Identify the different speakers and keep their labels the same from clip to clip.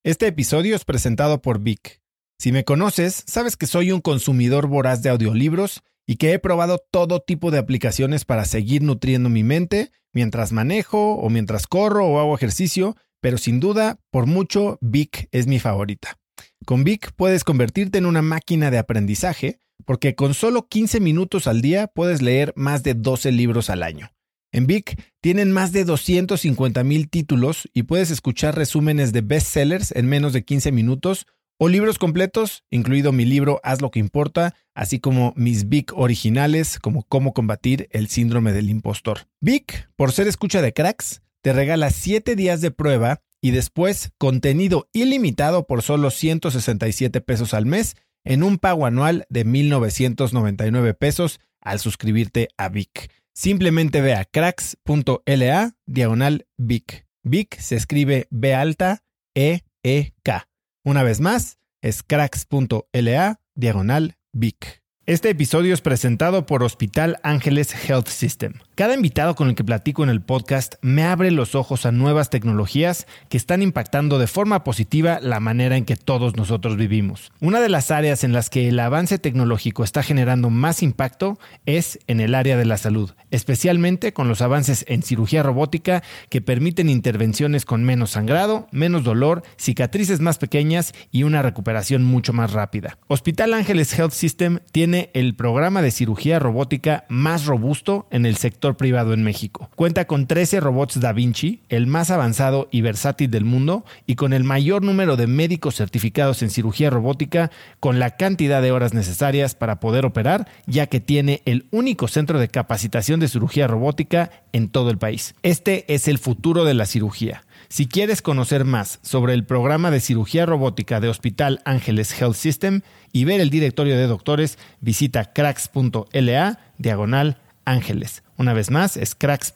Speaker 1: Este episodio es presentado por Vic. Si me conoces, sabes que soy un consumidor voraz de audiolibros y que he probado todo tipo de aplicaciones para seguir nutriendo mi mente mientras manejo o mientras corro o hago ejercicio, pero sin duda, por mucho, Vic es mi favorita. Con Vic puedes convertirte en una máquina de aprendizaje porque con solo 15 minutos al día puedes leer más de 12 libros al año. En Vic tienen más de 250,000 títulos y puedes escuchar resúmenes de bestsellers en menos de 15 minutos o libros completos, incluido mi libro Haz lo que importa, así como mis Vic originales como Cómo combatir el síndrome del impostor. Vic, por ser escucha de Cracks, te regala 7 días de prueba y después contenido ilimitado por solo 167 pesos al mes en un pago anual de 1,999 pesos al suscribirte a Vic. Simplemente ve a cracks.la/Vic. Vic se escribe B-alta E-E-K. Una vez más, es cracks.la/Vic. Este episodio es presentado por Hospital Ángeles Health System. Cada invitado con el que platico en el podcast me abre los ojos a nuevas tecnologías que están impactando de forma positiva la manera en que todos nosotros vivimos. Una de las áreas en las que el avance tecnológico está generando más impacto es en el área de la salud, especialmente con los avances en cirugía robótica que permiten intervenciones con menos sangrado, menos dolor, cicatrices más pequeñas y una recuperación mucho más rápida. Hospital Ángeles Health System tiene el programa de cirugía robótica más robusto en el sector privado en México. Cuenta con 13 robots Da Vinci, el más avanzado y versátil del mundo, y con el mayor número de médicos certificados en cirugía robótica, con la cantidad de horas necesarias para poder operar, ya que tiene el único centro de capacitación de cirugía robótica en todo el país. Este es el futuro de la cirugía. Si quieres conocer más sobre el programa de cirugía robótica de Hospital Ángeles Health System y ver el directorio de doctores, visita cracks.la/Ángeles. Una vez más, es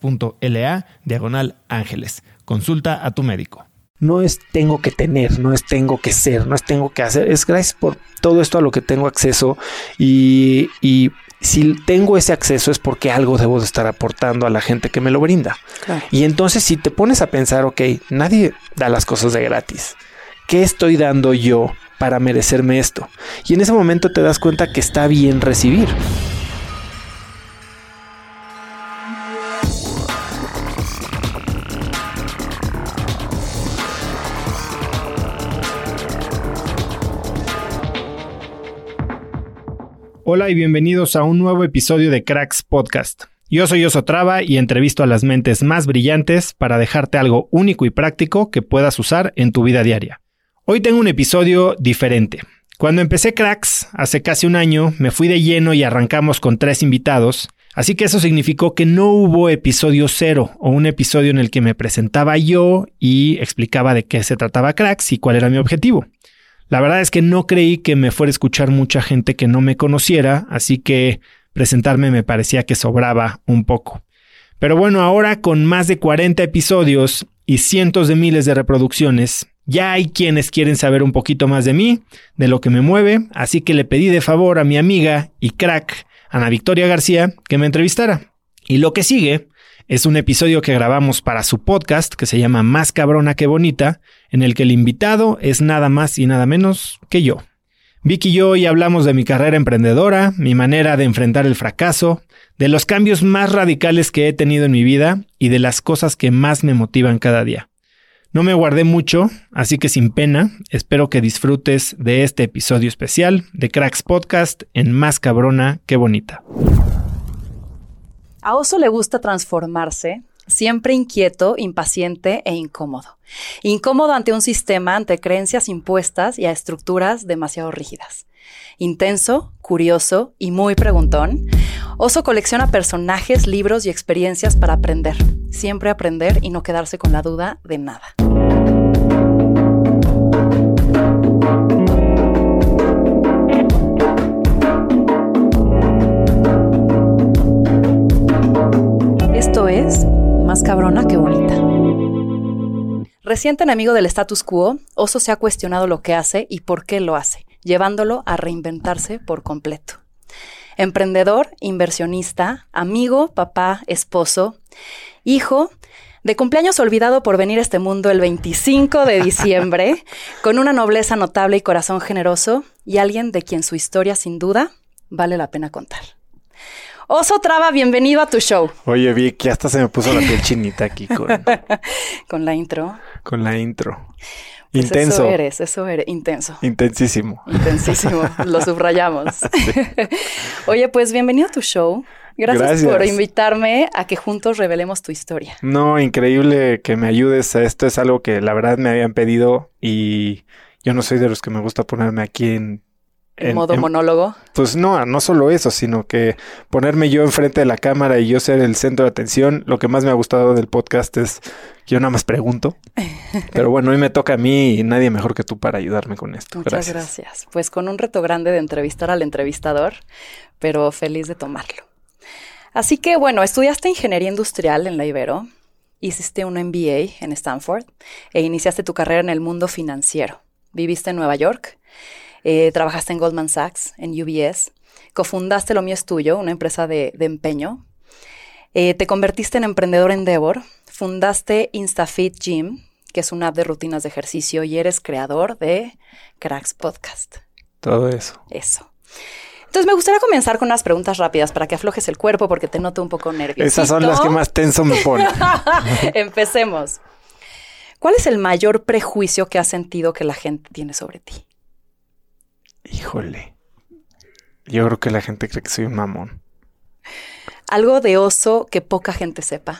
Speaker 1: cracks.la/Ángeles. Consulta a tu médico.
Speaker 2: No es tengo que tener, no es tengo que ser, no es tengo que hacer. Es gracias por todo esto a lo que tengo acceso y si tengo ese acceso es porque algo debo de estar aportando a la gente que me lo brinda. Claro. Y entonces si te pones a pensar, ok, nadie da las cosas de gratis. ¿Qué estoy dando yo para merecerme esto? Y en ese momento te das cuenta que está bien recibir.
Speaker 1: Hola y bienvenidos a un nuevo episodio de Cracks Podcast. Yo soy Oso Traba y entrevisto a las mentes más brillantes para dejarte algo único y práctico que puedas usar en tu vida diaria. Hoy tengo un episodio diferente. Cuando empecé Cracks, hace casi un año, me fui de lleno y arrancamos con 3 invitados, así que eso significó que no hubo episodio 0 o un episodio en el que me presentaba yo y explicaba de qué se trataba Cracks y cuál era mi objetivo. La verdad es que no creí que me fuera a escuchar mucha gente que no me conociera, así que presentarme me parecía que sobraba un poco. Pero bueno, ahora con más de 40 episodios y cientos de miles de reproducciones, ya hay quienes quieren saber un poquito más de mí, de lo que me mueve, así que le pedí de favor a mi amiga y crack, Ana Victoria García, que me entrevistara. Y lo que sigue es un episodio que grabamos para su podcast que se llama Más cabrona que bonita, en el que el invitado es nada más y nada menos que yo. Vic y yo hoy hablamos de mi carrera emprendedora, mi manera de enfrentar el fracaso, de los cambios más radicales que he tenido en mi vida y de las cosas que más me motivan cada día. No me guardé mucho, así que sin pena, espero que disfrutes de este episodio especial de Cracks Podcast en Más cabrona que bonita.
Speaker 3: A Oso le gusta transformarse, siempre inquieto, impaciente e incómodo. Incómodo ante un sistema, ante creencias impuestas y a estructuras demasiado rígidas. Intenso, curioso y muy preguntón, Oso colecciona personajes, libros y experiencias para aprender. Siempre aprender y no quedarse con la duda de nada. Esto es Más cabrona que bonita. Reciente enemigo del status quo, Oso se ha cuestionado lo que hace y por qué lo hace, llevándolo a reinventarse por completo. Emprendedor, inversionista, amigo, papá, esposo, hijo, De cumpleaños olvidado por venir a este mundo el 25 de diciembre, con una nobleza notable y corazón generoso, y alguien de quien su historia, sin duda, vale la pena contar. Oso Traba, bienvenido a tu show.
Speaker 2: Oye, Vic, hasta se me puso la piel chinita aquí
Speaker 3: con la intro.
Speaker 2: Con la intro.
Speaker 3: Pues
Speaker 2: intenso.
Speaker 3: Eso eres, intenso.
Speaker 2: Intensísimo.
Speaker 3: Lo subrayamos. Sí. Oye, pues bienvenido a tu show. Gracias por invitarme a que juntos revelemos tu historia.
Speaker 2: No, increíble que me ayudes. Esto es algo que la verdad me habían pedido y yo no soy de los que me gusta ponerme aquí en
Speaker 3: modo monólogo.
Speaker 2: Pues no solo eso, sino que ponerme yo enfrente de la cámara y yo ser el centro de atención. Lo que más me ha gustado del podcast es que yo nada más pregunto. Pero bueno, hoy me toca a mí y nadie mejor que tú para ayudarme con esto.
Speaker 3: Muchas gracias. Pues con un reto grande de entrevistar al entrevistador, pero feliz de tomarlo. Así que bueno, estudiaste Ingeniería Industrial en la Ibero, hiciste un MBA en Stanford e iniciaste tu carrera en el mundo financiero. Viviste en Nueva York. Trabajaste en Goldman Sachs, en UBS, cofundaste Lo Mío Es Tuyo, una empresa de empeño, te convertiste en emprendedor Endeavor, fundaste InstaFit Gym, que es una app de rutinas de ejercicio, y eres creador de Cracks Podcast.
Speaker 2: Todo eso.
Speaker 3: Eso. Entonces me gustaría comenzar con unas preguntas rápidas para que aflojes el cuerpo porque te noto un poco nervioso.
Speaker 2: Esas son las que más tenso me ponen.
Speaker 3: Empecemos. ¿Cuál es el mayor prejuicio que has sentido que la gente tiene sobre ti?
Speaker 2: Híjole, yo creo que la gente cree que soy un mamón.
Speaker 3: Algo de Oso que poca gente sepa.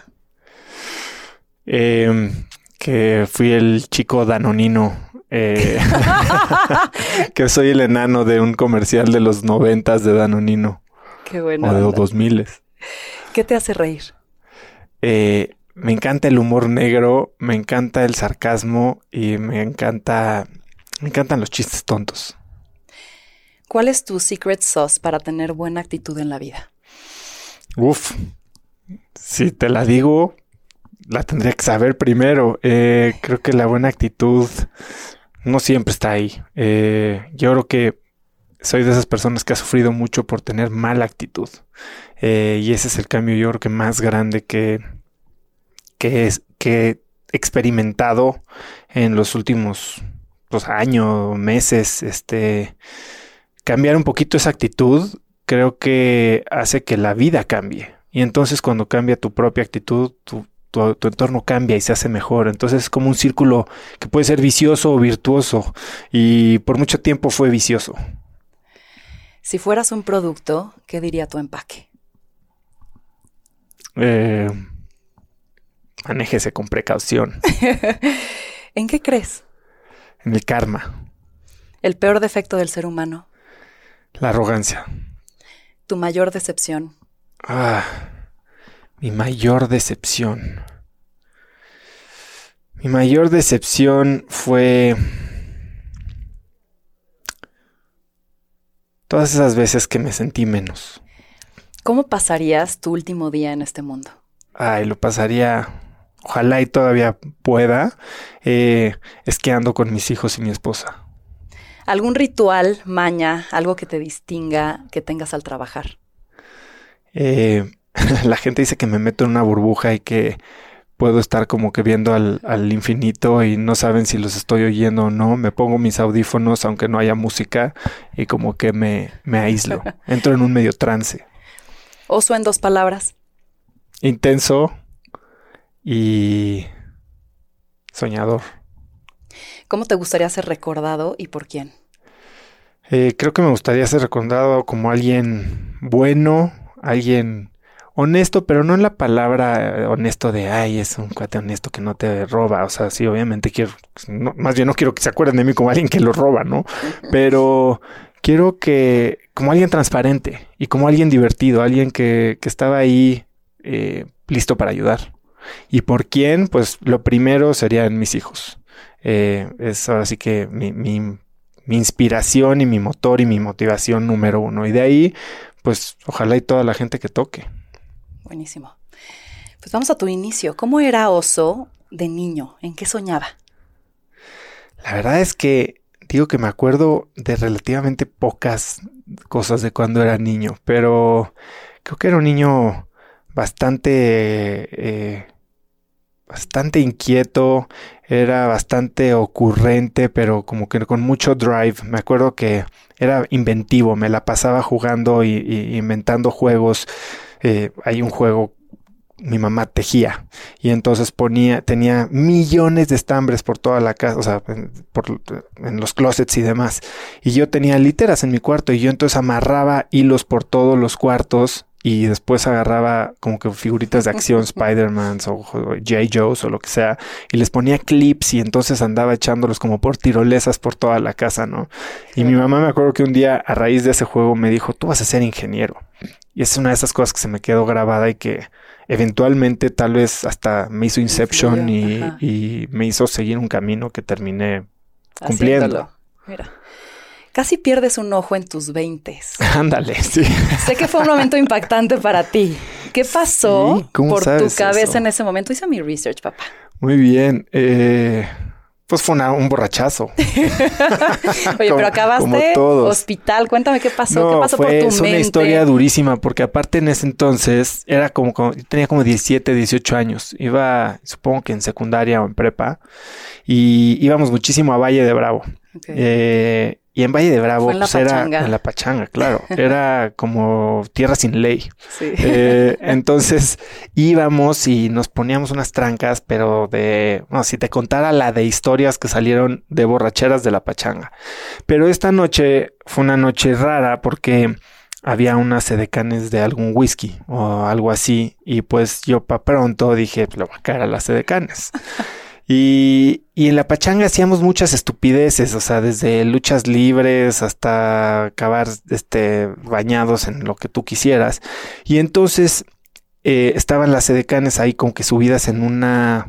Speaker 2: Que fui el chico danonino. Que soy el enano de un comercial de los 90s de Danonino.
Speaker 3: Qué bueno.
Speaker 2: O de los 2000s.
Speaker 3: ¿Qué te hace reír?
Speaker 2: Me encanta el humor negro, me encanta el sarcasmo y me encantan los chistes tontos.
Speaker 3: ¿Cuál es tu secret sauce para tener buena actitud en la vida?
Speaker 2: Uf, si te la digo, la tendría que saber primero. Creo que la buena actitud no siempre está ahí. Yo creo que soy de esas personas que ha sufrido mucho por tener mala actitud. Y ese es el cambio, yo creo que más grande que he experimentado en los últimos años, meses, cambiar un poquito esa actitud creo que hace que la vida cambie. Y entonces cuando cambia tu propia actitud, tu entorno cambia y se hace mejor. Entonces es como un círculo que puede ser vicioso o virtuoso. Y por mucho tiempo fue vicioso.
Speaker 3: Si fueras un producto, ¿qué diría tu empaque?
Speaker 2: Manéjese con precaución.
Speaker 3: ¿En qué crees?
Speaker 2: En el karma.
Speaker 3: ¿El peor defecto del ser humano?
Speaker 2: La arrogancia.
Speaker 3: ¿Tu mayor decepción?
Speaker 2: Mi mayor decepción. Mi mayor decepción fue todas esas veces que me sentí menos.
Speaker 3: ¿Cómo pasarías tu último día en este mundo?
Speaker 2: Lo pasaría, ojalá y todavía pueda, esquiando con mis hijos y mi esposa.
Speaker 3: ¿Algún ritual, maña, algo que te distinga, que tengas al trabajar?
Speaker 2: La gente dice que me meto en una burbuja y que puedo estar como que viendo al infinito y no saben si los estoy oyendo o no. Me pongo mis audífonos aunque no haya música y como que me aíslo. Entro en un medio trance.
Speaker 3: Oso en 2 palabras.
Speaker 2: Intenso y soñador.
Speaker 3: ¿Cómo te gustaría ser recordado y por quién?
Speaker 2: Creo que me gustaría ser recordado como alguien bueno, alguien honesto, pero no en la palabra honesto de, es un cuate honesto que no te roba. O sea, sí, obviamente más bien no quiero que se acuerden de mí como alguien que lo roba, ¿no? Pero quiero que, como alguien transparente y como alguien divertido, alguien que estaba ahí listo para ayudar. ¿Y por quién? Pues lo primero serían mis hijos. Es ahora sí que mi inspiración y mi motor y mi motivación número 1. Y de ahí, pues ojalá y toda la gente que toque.
Speaker 3: Buenísimo. Pues vamos a tu inicio. ¿Cómo era Oso de niño? ¿En qué soñaba?
Speaker 2: La verdad es que digo que me acuerdo de relativamente pocas cosas de cuando era niño, pero creo que era un niño bastante bastante inquieto, era bastante ocurrente, pero como que con mucho drive. Me acuerdo que era inventivo, me la pasaba jugando y inventando juegos. Hay un juego, mi mamá tejía y entonces tenía millones de estambres por toda la casa, o sea, en los closets y demás. Y yo tenía literas en mi cuarto y yo entonces amarraba hilos por todos los cuartos y después agarraba como que figuritas de acción, Spider-Man o J. Joe's o lo que sea, y les ponía clips y entonces andaba echándolos como por tirolesas por toda la casa, ¿no? Y mi mamá, me acuerdo que un día a raíz de ese juego me dijo, tú vas a ser ingeniero. Y es una de esas cosas que se me quedó grabada y que eventualmente tal vez hasta me hizo Inception y me hizo seguir un camino que terminé cumpliendo.
Speaker 3: Haciéndolo. Mira. Casi pierdes un ojo en tus 20s.
Speaker 2: Ándale, sí.
Speaker 3: Sé que fue un momento impactante para ti. ¿Qué pasó por tu cabeza en ese momento? Hice mi research, papá.
Speaker 2: Muy bien. Pues fue un borrachazo.
Speaker 3: Oye, pero acabaste hospital. Cuéntame qué pasó.
Speaker 2: No,
Speaker 3: ¿qué pasó por tu mente?
Speaker 2: Es una historia durísima porque aparte en ese entonces era tenía como 17, 18 años. Iba, supongo que en secundaria o en prepa. Y íbamos muchísimo a Valle de Bravo. Okay. Y en Valle de Bravo
Speaker 3: pues
Speaker 2: era en la pachanga, claro. Era como tierra sin ley.
Speaker 3: Sí.
Speaker 2: Entonces íbamos y nos poníamos unas trancas, pero si te contara la de historias que salieron de borracheras de la pachanga. Pero esta noche fue una noche rara porque había unas edecanes de algún whisky o algo así. Y pues yo pa' pronto dije, le voy a caer a las edecanes. Y en la pachanga hacíamos muchas estupideces, o sea, desde luchas libres hasta acabar bañados en lo que tú quisieras. Y entonces estaban las edecanes ahí como que subidas en una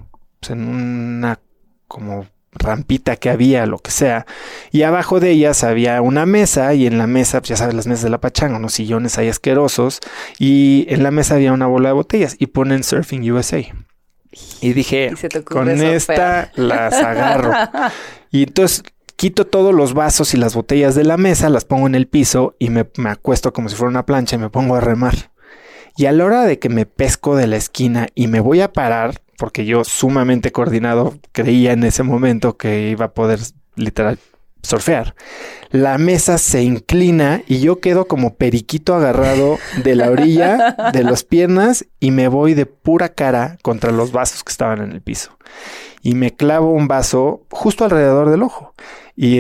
Speaker 2: como rampita que había, lo que sea. Y abajo de ellas había una mesa y en la mesa, pues ya sabes, las mesas de la pachanga, unos sillones ahí asquerosos. Y en la mesa había una bola de botellas y ponen Surfing USA. Y dije, con esta las agarro. Y entonces quito todos los vasos y las botellas de la mesa, las pongo en el piso y me acuesto como si fuera una plancha y me pongo a remar. Y a la hora de que me pesco de la esquina y me voy a parar, porque yo sumamente coordinado creía en ese momento que iba a poder literal surfear, la mesa se inclina y yo quedo como periquito agarrado de la orilla de las piernas y me voy de pura cara contra los vasos que estaban en el piso y me clavo un vaso justo alrededor del ojo y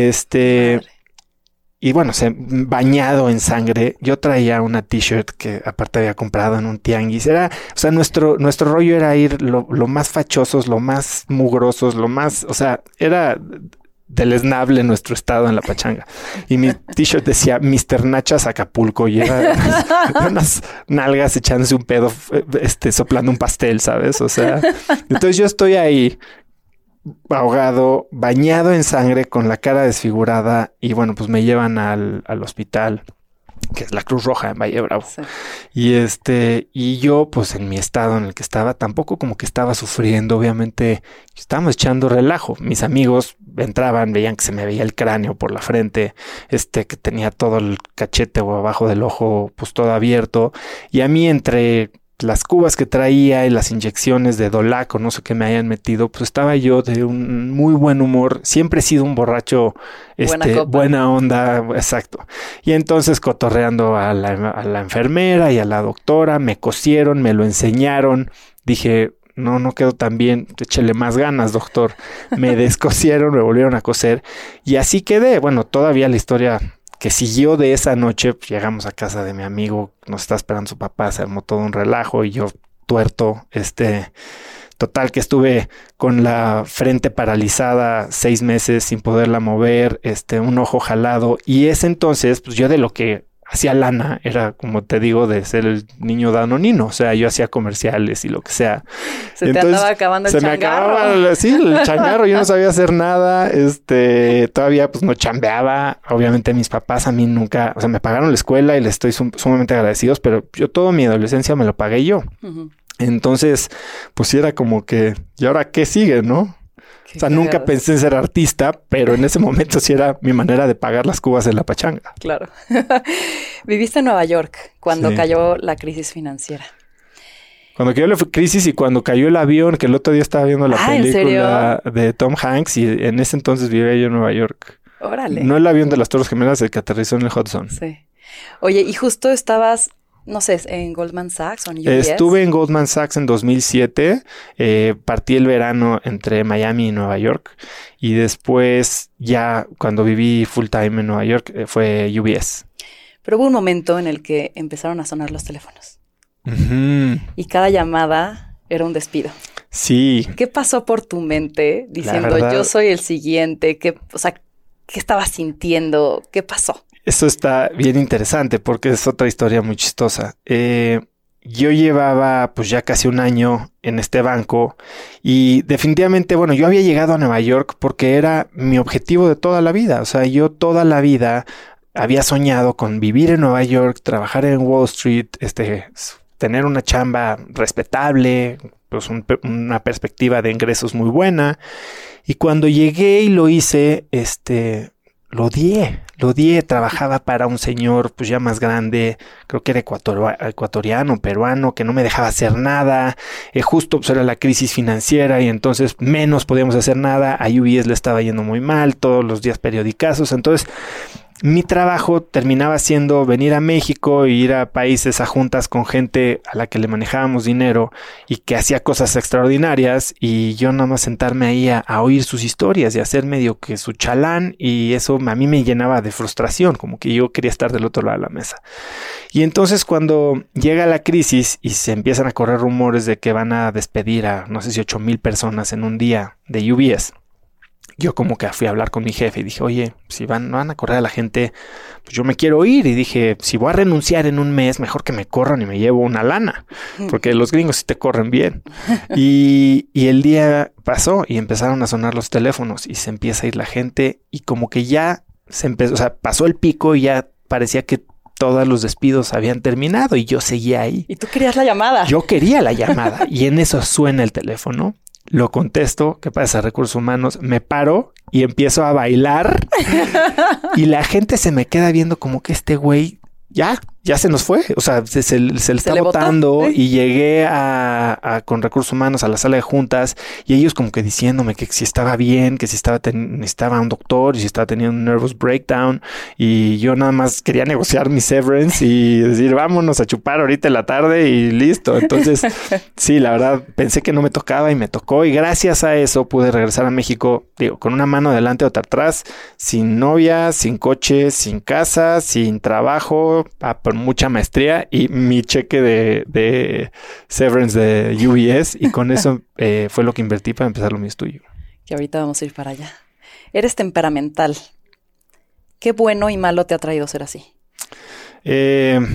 Speaker 2: y bueno, bañado en sangre. Yo traía una t-shirt que aparte había comprado en un tianguis. Nuestro rollo era ir lo más fachosos, lo más mugrosos, era deleznable nuestro estado en la pachanga. Y mi t-shirt decía Mr. Nachas Acapulco y era unas nalgas echándose un pedo, soplando un pastel, ¿sabes? O sea, entonces yo estoy ahí ahogado, bañado en sangre, con la cara desfigurada y bueno, pues me llevan al hospital, que es la Cruz Roja en Valle Bravo. Sí. Y yo, pues en mi estado en el que estaba, tampoco como que estaba sufriendo, obviamente estábamos echando relajo. Mis amigos entraban, veían que se me veía el cráneo por la frente, que tenía todo el cachete o abajo del ojo, pues todo abierto. Y a mí entre las cubas que traía y las inyecciones de Dolac o no sé qué me hayan metido, pues estaba yo de un muy buen humor. Siempre he sido un borracho, buena onda, exacto. Y entonces cotorreando a la enfermera y a la doctora, me cosieron, me lo enseñaron. Dije, no quedó tan bien, échele más ganas, doctor. Me descosieron, me volvieron a coser y así quedé. Bueno, todavía la historia que siguió de esa noche, pues llegamos a casa de mi amigo, nos está esperando su papá, se armó todo un relajo y yo tuerto, total que estuve con la frente paralizada 6 meses sin poderla mover, un ojo jalado y ese entonces, pues yo de lo que hacía lana era, como te digo, de ser el niño danonino, o sea, yo hacía comerciales y lo que sea.
Speaker 3: Entonces, te andaba acabando el changarro. Se me acababa,
Speaker 2: sí, el changarro, yo no sabía hacer nada, todavía pues no chambeaba, obviamente mis papás a mí nunca, o sea, me pagaron la escuela y les estoy sumamente agradecidos, pero yo toda mi adolescencia me lo pagué yo. Uh-huh. Entonces, pues sí era como que, ¿y ahora qué sigue, no? O sea, nunca pensé en ser artista, pero en ese momento sí era mi manera de pagar las cubas en la pachanga.
Speaker 3: Claro. Viviste en Nueva York cuando cayó la crisis financiera.
Speaker 2: Cuando cayó la crisis y cuando cayó el avión, que el otro día estaba viendo la película de Tom Hanks y en ese entonces vivía yo en Nueva York.
Speaker 3: Órale.
Speaker 2: No el avión de las Torres Gemelas, el que aterrizó en el Hudson.
Speaker 3: Sí. Oye, y justo estabas, no sé, en Goldman Sachs o en UBS.
Speaker 2: Estuve en Goldman Sachs en 2007. Partí el verano entre Miami y Nueva York. Y después, ya cuando viví full time en Nueva York, fue UBS.
Speaker 3: Pero hubo un momento en el que empezaron a sonar los teléfonos.
Speaker 2: Uh-huh.
Speaker 3: Y cada llamada era un despido.
Speaker 2: Sí.
Speaker 3: ¿Qué pasó por tu mente diciendo yo soy el siguiente? ¿Qué estabas sintiendo? ¿Qué pasó?
Speaker 2: Eso está bien interesante porque es otra historia muy chistosa. Yo llevaba pues ya casi un año en este banco y definitivamente, bueno, yo había llegado a Nueva York porque era mi objetivo de toda la vida. O sea, yo toda la vida había soñado con vivir en Nueva York, trabajar en Wall Street, tener una chamba respetable, pues una perspectiva de ingresos muy buena. Y cuando llegué y lo hice, lo odié. Trabajaba para un señor pues ya más grande, creo que era ecuatoriano, peruano, que no me dejaba hacer nada. Justo pues era la crisis financiera y entonces menos podíamos hacer nada. A UBS le estaba yendo muy mal, todos los días periodicazos. Entonces mi trabajo terminaba siendo venir a México e ir a países a juntas con gente a la que le manejábamos dinero y que hacía cosas extraordinarias y yo nada más sentarme ahí a oír sus historias y hacer medio que su chalán y eso a mí me llenaba de frustración, como que yo quería estar del otro lado de la mesa. Y entonces cuando llega la crisis y se empiezan a correr rumores de que van a despedir a no sé si 8,000 personas en un día de UBS, yo como que fui a hablar con mi jefe y dije, oye, si van a correr a la gente, pues yo me quiero ir. Y dije, si voy a renunciar en un mes, mejor que me corran y me llevo una lana. Porque los gringos sí te corren bien. Y el día pasó y empezaron a sonar los teléfonos y se empieza a ir la gente. Y como que ya se empezó, o sea, pasó el pico y ya parecía que todos los despidos habían terminado y yo seguía ahí.
Speaker 3: ¿Y tú querías la llamada?
Speaker 2: Yo quería la llamada y en eso suena el teléfono. Lo contesto, ¿qué pasa? Recursos humanos, me paro y empiezo a bailar y la gente se me queda viendo como que este güey ya se nos fue. O sea, se le está botando y llegué con recursos humanos a la sala de juntas y ellos como que diciéndome que si estaba bien, que si necesitaba un doctor y si estaba teniendo un nervous breakdown y yo nada más quería negociar mi severance y decir vámonos a chupar ahorita en la tarde y listo. Entonces sí, la verdad pensé que no me tocaba y me tocó y gracias a eso pude regresar a México, digo, con una mano adelante y otra atrás, sin novia, sin coche, sin casa, sin trabajo, por mucha maestría y mi cheque de severance de UBS y con eso fue lo que invertí para empezar lo mío estudio.
Speaker 3: Y ahorita vamos a ir para allá. Eres temperamental. ¿Qué bueno y malo te ha traído ser así?
Speaker 2: Es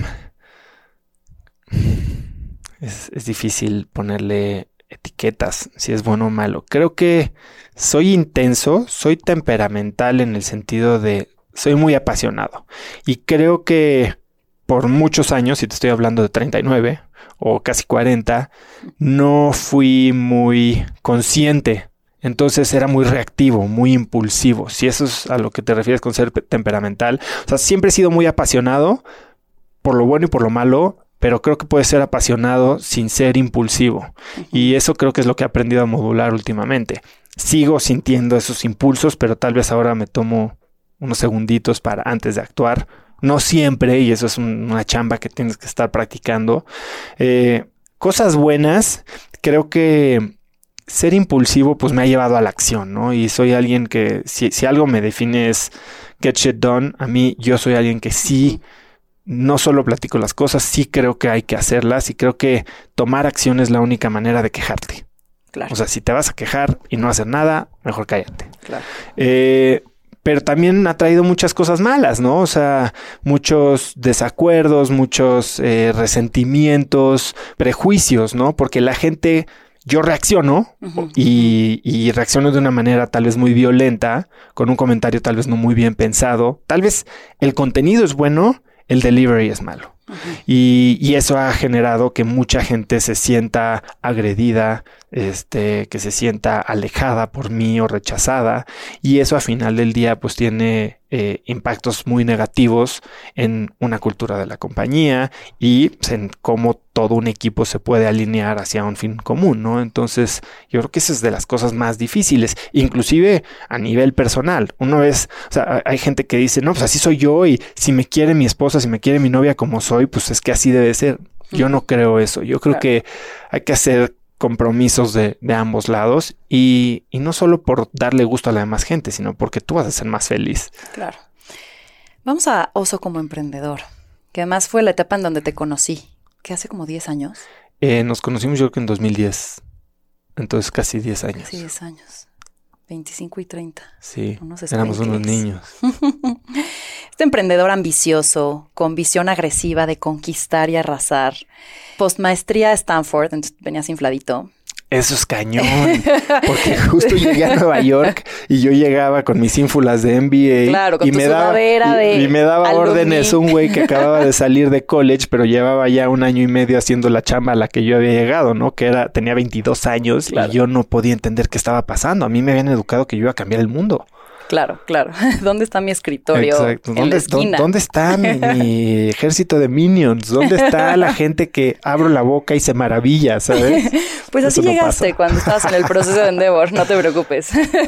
Speaker 2: difícil ponerle etiquetas si es bueno o malo. Creo que soy intenso, soy temperamental en el sentido de soy muy apasionado y creo que por muchos años, si te estoy hablando de 39 o casi 40, no fui muy consciente. Entonces era muy reactivo, muy impulsivo. Si eso es a lo que te refieres con ser temperamental. O sea, siempre he sido muy apasionado por lo bueno y por lo malo, pero creo que puedes ser apasionado sin ser impulsivo. Y eso creo que es lo que he aprendido a modular últimamente. Sigo sintiendo esos impulsos, pero tal vez ahora me tomo unos segunditos para antes de actuar. No siempre, y eso es una chamba que tienes que estar practicando. Cosas buenas, creo que ser impulsivo pues me ha llevado a la acción, ¿no? Y soy alguien que, si algo me define es get shit done, a mí yo soy alguien que sí, no solo platico las cosas, sí creo que hay que hacerlas y creo que tomar acción es la única manera de quejarte.
Speaker 3: Claro.
Speaker 2: O sea, si te vas a quejar y no hacer nada, mejor cállate.
Speaker 3: Claro.
Speaker 2: Pero también ha traído muchas cosas malas, ¿no? O sea, muchos desacuerdos, muchos resentimientos, prejuicios, ¿no? Porque la gente, yo reacciono y reacciono de una manera tal vez muy violenta, con un comentario tal vez no muy bien pensado. Tal vez el contenido es bueno, el delivery es malo. Y eso ha generado que mucha gente se sienta agredida, que se sienta alejada por mí o rechazada, y eso a final del día pues tiene impactos muy negativos en una cultura de la compañía y pues, en cómo todo un equipo se puede alinear hacia un fin común, ¿no? Entonces yo creo que esa es de las cosas más difíciles, inclusive a nivel personal. Uno es, o sea, hay gente que dice, no, pues así soy yo y si me quiere mi esposa, si me quiere mi novia como soy, pues es que así debe ser. Yo no creo eso. Yo creo que hay que hacer compromisos de ambos lados y no solo por darle gusto a la demás gente, sino porque tú vas a ser más feliz.
Speaker 3: Claro. Vamos a Oso como emprendedor, que además fue la etapa en donde te conocí, que hace como 10 años.
Speaker 2: Nos conocimos yo creo que en 2010, entonces casi 10 años.
Speaker 3: Casi 10 años, 25 y 30.
Speaker 2: Sí, éramos unos niños.
Speaker 3: Este emprendedor ambicioso, con visión agresiva de conquistar y arrasar. Postmaestría a Stanford, entonces venías infladito.
Speaker 2: Eso es cañón, porque justo llegué a Nueva York y yo llegaba con mis ínfulas de MBA.
Speaker 3: Claro, con
Speaker 2: y
Speaker 3: tu
Speaker 2: me daba órdenes un güey que acababa de salir de college, pero llevaba ya 1 año y medio haciendo la chamba a la que yo había llegado, ¿no? Tenía 22 años y yo no podía entender qué estaba pasando. A mí me habían educado que yo iba a cambiar el mundo.
Speaker 3: Claro. ¿Dónde está mi escritorio?
Speaker 2: Exacto.
Speaker 3: En la esquina.
Speaker 2: ¿Dónde está mi ejército de minions? ¿Dónde está la gente que abro la boca y se maravilla, ¿sabes?
Speaker 3: Pues así llegaste cuando estabas en el proceso de Endeavor, no te preocupes.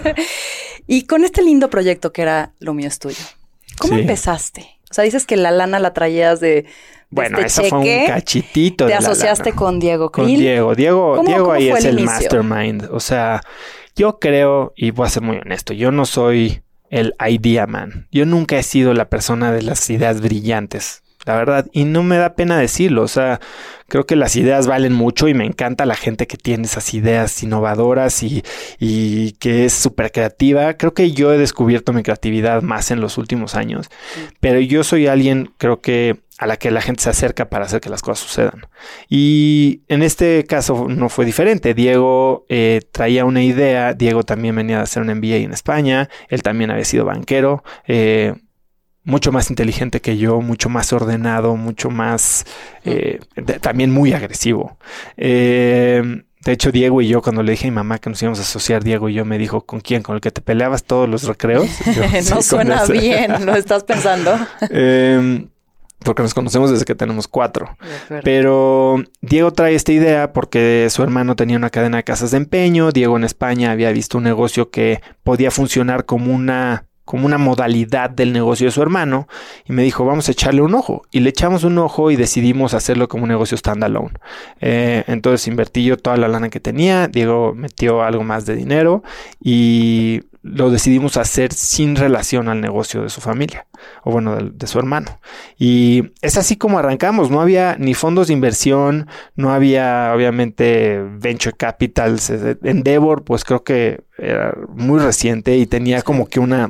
Speaker 3: Y con este lindo proyecto que era Lo Mío es Tuyo, ¿cómo empezaste? O sea, dices que la lana la traías de
Speaker 2: bueno,
Speaker 3: este
Speaker 2: eso
Speaker 3: cheque.
Speaker 2: Fue un cachitito.
Speaker 3: ¿Te asociaste con Diego Krill?
Speaker 2: Con Diego. Diego ahí es el
Speaker 3: inicio?
Speaker 2: mastermind. O sea, yo creo, y voy a ser muy honesto, yo no soy el idea man. Yo nunca he sido la persona de las ideas brillantes, la verdad. Y no me da pena decirlo. O sea, creo que las ideas valen mucho y me encanta la gente que tiene esas ideas innovadoras y que es súper creativa. Creo que yo he descubierto mi creatividad más en los últimos años. Pero yo soy alguien, creo que a la que la gente se acerca para hacer que las cosas sucedan. Y en este caso no fue diferente. Diego traía una idea. Diego también venía a hacer un MBA en España. Él también había sido banquero. Mucho más inteligente que yo, mucho más ordenado, mucho más... también muy agresivo. De hecho, Diego y yo, cuando le dije a mi mamá que nos íbamos a asociar, Diego y yo me dijo, ¿con quién? ¿Con el que te peleabas todos los recreos? Yo,
Speaker 3: no suena bien, ¿lo estás pensando?
Speaker 2: Porque nos conocemos desde que tenemos 4. Pero Diego trae esta idea porque su hermano tenía una cadena de casas de empeño. Diego en España había visto un negocio que podía funcionar como una modalidad del negocio de su hermano y me dijo, vamos a echarle un ojo. Y le echamos un ojo y decidimos hacerlo como un negocio standalone. Entonces invertí yo toda la lana que tenía, Diego metió algo más de dinero y lo decidimos hacer sin relación al negocio de su familia, o bueno, de su hermano. Y es así como arrancamos. No había ni fondos de inversión, no había obviamente venture capitals. Endeavor, pues creo que era muy reciente y tenía como que un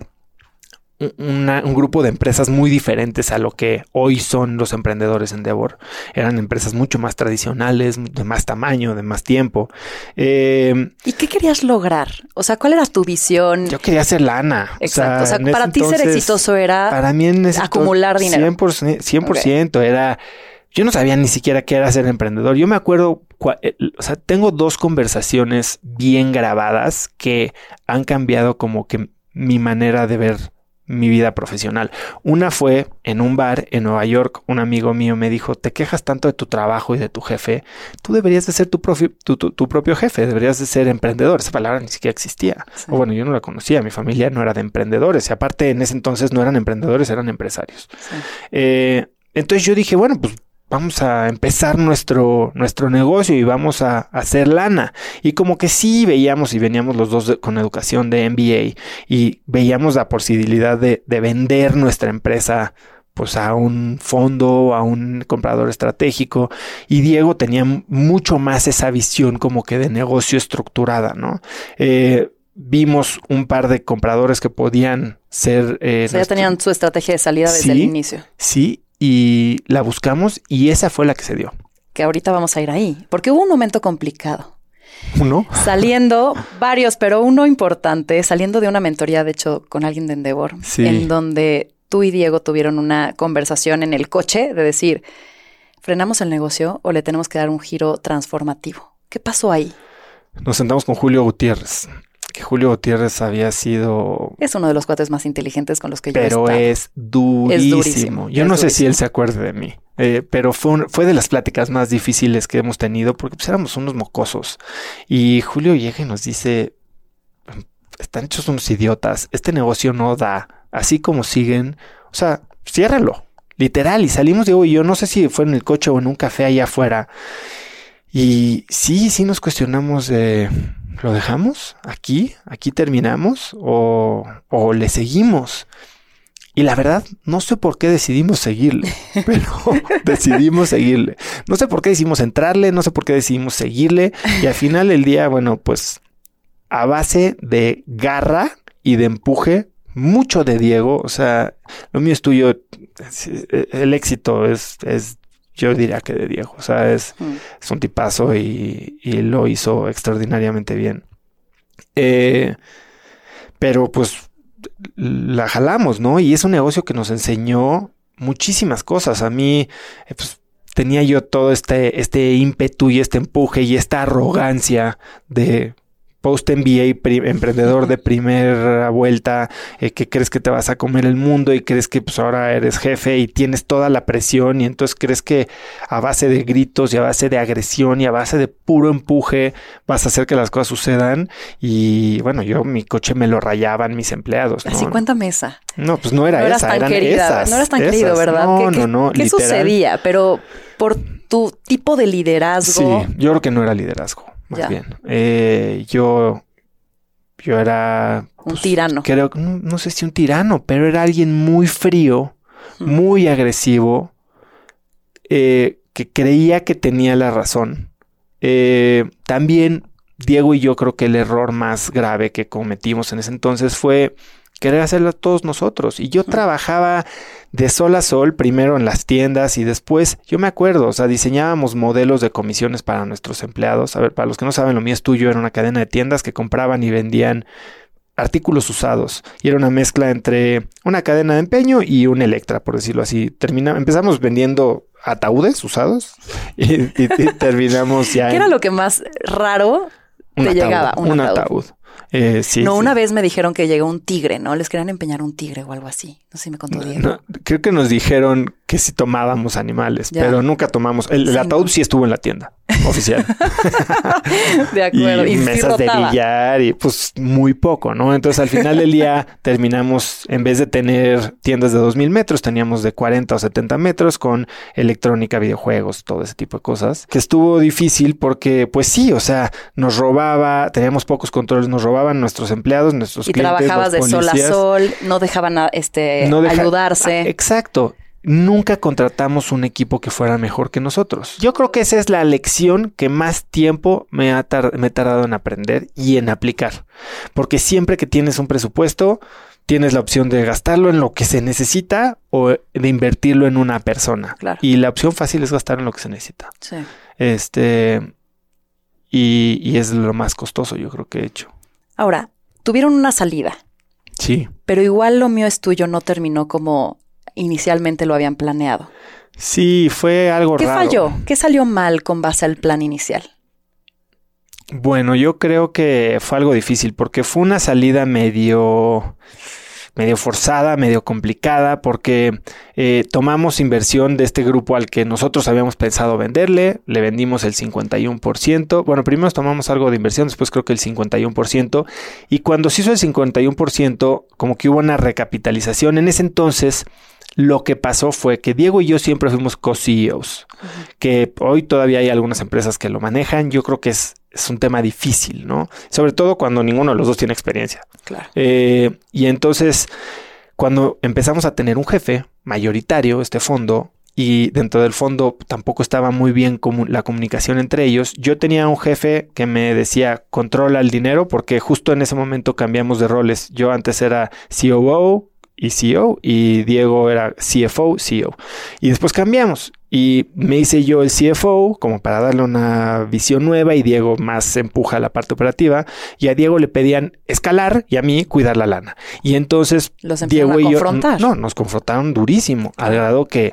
Speaker 2: grupo de empresas muy diferentes a lo que hoy son los emprendedores Endeavor. Eran empresas mucho más tradicionales, de más tamaño, de más tiempo.
Speaker 3: ¿Y qué querías lograr? O sea, ¿cuál era tu visión?
Speaker 2: Yo quería hacer lana.
Speaker 3: Exacto. O sea, para ti ser exitoso era
Speaker 2: para mí
Speaker 3: acumular dinero.
Speaker 2: 100%. Okay. Era... Yo no sabía ni siquiera qué era ser emprendedor. Yo me acuerdo, o sea, tengo 2 conversaciones bien grabadas que han cambiado como que mi manera de ver mi vida profesional. Una fue en un bar en Nueva York. Un amigo mío me dijo, te quejas tanto de tu trabajo y de tu jefe. Tú deberías de ser tu propio jefe. Deberías de ser emprendedor. Esa palabra ni siquiera existía. Sí. O bueno, yo no la conocía. Mi familia no era de emprendedores. Y aparte, en ese entonces no eran emprendedores, eran empresarios. Sí. Entonces yo dije, bueno, pues vamos a empezar nuestro negocio y vamos a hacer lana. Y como que sí veíamos y veníamos los dos con educación de MBA y veíamos la posibilidad de vender nuestra empresa pues a un fondo, a un comprador estratégico. Y Diego tenía mucho más esa visión como que de negocio estructurada, ¿no? Vimos un par de compradores que podían ser...
Speaker 3: o sea, ya tenían su estrategia de salida desde el inicio.
Speaker 2: Sí. Y la buscamos y esa fue la que se dio.
Speaker 3: Que ahorita vamos a ir ahí, porque hubo un momento complicado.
Speaker 2: ¿Uno?
Speaker 3: Saliendo, varios, pero uno importante, saliendo de una mentoría, de hecho, con alguien de Endeavor, en donde tú y Diego tuvieron una conversación en el coche de decir, ¿Frenamos el negocio o le tenemos que dar un giro transformativo? ¿Qué pasó ahí?
Speaker 2: Nos sentamos con Julio Gutiérrez, que Julio Gutiérrez había sido...
Speaker 3: Es uno de los cuates más inteligentes con los que yo he estado.
Speaker 2: Pero es durísimo. Yo no sé si él se acuerde de mí, pero fue de las pláticas más difíciles que hemos tenido porque pues éramos unos mocosos. Y Julio llega y nos dice, están hechos unos idiotas, este negocio no da, así como siguen, o sea, ciérralo. Literal, y salimos, Diego y yo, no sé si fue en el coche o en un café allá afuera. Y sí nos cuestionamos de, ¿lo dejamos aquí? ¿Aquí terminamos? ¿O le seguimos? Y la verdad, no sé por qué decidimos seguirle, pero decidimos seguirle. No sé por qué decidimos entrarle, no sé por qué decidimos seguirle. Y al final del día, bueno, pues a base de garra y de empuje, mucho de Diego, o sea, lo mío es tuyo, el éxito es yo diría que de Diego, o sea, es un tipazo y lo hizo extraordinariamente bien. Pero pues la jalamos, ¿no? Y es un negocio que nos enseñó muchísimas cosas. A mí, pues tenía yo todo este ímpetu y este empuje y esta arrogancia de post-MBA, emprendedor de primera vuelta, que crees que te vas a comer el mundo y crees que pues ahora eres jefe y tienes toda la presión y entonces crees que a base de gritos y a base de agresión y a base de puro empuje vas a hacer que las cosas sucedan. Y bueno, mi coche me lo rayaban mis empleados, ¿no?
Speaker 3: Así, cuéntame esa.
Speaker 2: No, pues no era esa, eran esas.
Speaker 3: No eras tan querido, ¿verdad?
Speaker 2: No,
Speaker 3: ¿Qué sucedía? Pero por tu tipo de liderazgo.
Speaker 2: Sí, yo creo que no era liderazgo. Más bien. Yo era...
Speaker 3: Un tirano.
Speaker 2: Creo, no sé si un tirano, pero era alguien muy frío, muy agresivo, que creía que tenía la razón. También Diego y yo creo que el error más grave que cometimos en ese entonces fue querer hacerlo todos nosotros. Y yo trabajaba de sol a sol, primero en las tiendas y después, yo me acuerdo, o sea, diseñábamos modelos de comisiones para nuestros empleados. A ver, para los que no saben, Lo Mío Es Tuyo era una cadena de tiendas que compraban y vendían artículos usados. Y era una mezcla entre una cadena de empeño y un Electra, por decirlo así. Empezamos vendiendo ataúdes usados y terminamos ya...
Speaker 3: ¿Qué era lo que más raro te llegaba?
Speaker 2: Un ataúd. Sí,
Speaker 3: una vez me dijeron que llegó un tigre, ¿no? Les querían empeñar un tigre o algo así. No sé si me contó Diego.
Speaker 2: No, creo que nos dijeron que si tomábamos animales, pero nunca tomamos. El ataúd sí estuvo en la tienda oficial.
Speaker 3: De acuerdo.
Speaker 2: Y mesas de billar y pues muy poco, ¿no? Entonces al final del día terminamos, en vez de tener tiendas de 2,000 metros, teníamos de 40 o 70 metros con electrónica, videojuegos, todo ese tipo de cosas. Que estuvo difícil porque pues sí, o sea, nos robaba, teníamos pocos controles, nos robaban nuestros empleados, nuestros clientes,
Speaker 3: trabajabas de sol a sol, no dejaban ayudarse.
Speaker 2: Exacto. Nunca contratamos un equipo que fuera mejor que nosotros. Yo creo que esa es la lección que más tiempo me he tardado en aprender y en aplicar. Porque siempre que tienes un presupuesto, tienes la opción de gastarlo en lo que se necesita o de invertirlo en una persona.
Speaker 3: Claro.
Speaker 2: Y la opción fácil es gastar en lo que se necesita.
Speaker 3: Sí.
Speaker 2: Y es lo más costoso, yo creo que he hecho.
Speaker 3: Ahora, tuvieron una salida.
Speaker 2: Sí.
Speaker 3: Pero igual Lo Mío Es Tuyo no terminó como inicialmente lo habían planeado.
Speaker 2: Sí, fue algo raro.
Speaker 3: ¿Qué falló? ¿Qué salió mal con base al plan inicial?
Speaker 2: Bueno, yo creo que fue algo difícil porque fue una salida medio forzada, medio complicada, porque tomamos inversión de este grupo al que nosotros habíamos pensado venderle, le vendimos el 51%. Bueno, primero tomamos algo de inversión, después creo que el 51%. Y cuando se hizo el 51%, como que hubo una recapitalización. En ese entonces, lo que pasó fue que Diego y yo siempre fuimos co-CEOs, que hoy todavía hay algunas empresas que lo manejan. Yo creo que es un tema difícil, ¿no? Sobre todo cuando ninguno de los dos tiene experiencia.
Speaker 3: Claro.
Speaker 2: Y entonces, cuando empezamos a tener un jefe mayoritario, este fondo, y dentro del fondo tampoco estaba muy bien la comunicación entre ellos, yo tenía un jefe que me decía, controla el dinero, porque justo en ese momento cambiamos de roles. Yo antes era COO y CEO, y Diego era CFO, CEO. Y después cambiamos. Y me hice yo el CFO como para darle una visión nueva y Diego más empuja la parte operativa. Y a Diego le pedían escalar y a mí cuidar la lana. Y entonces
Speaker 3: Diego y yo...
Speaker 2: No, nos confrontaron durísimo. Al grado que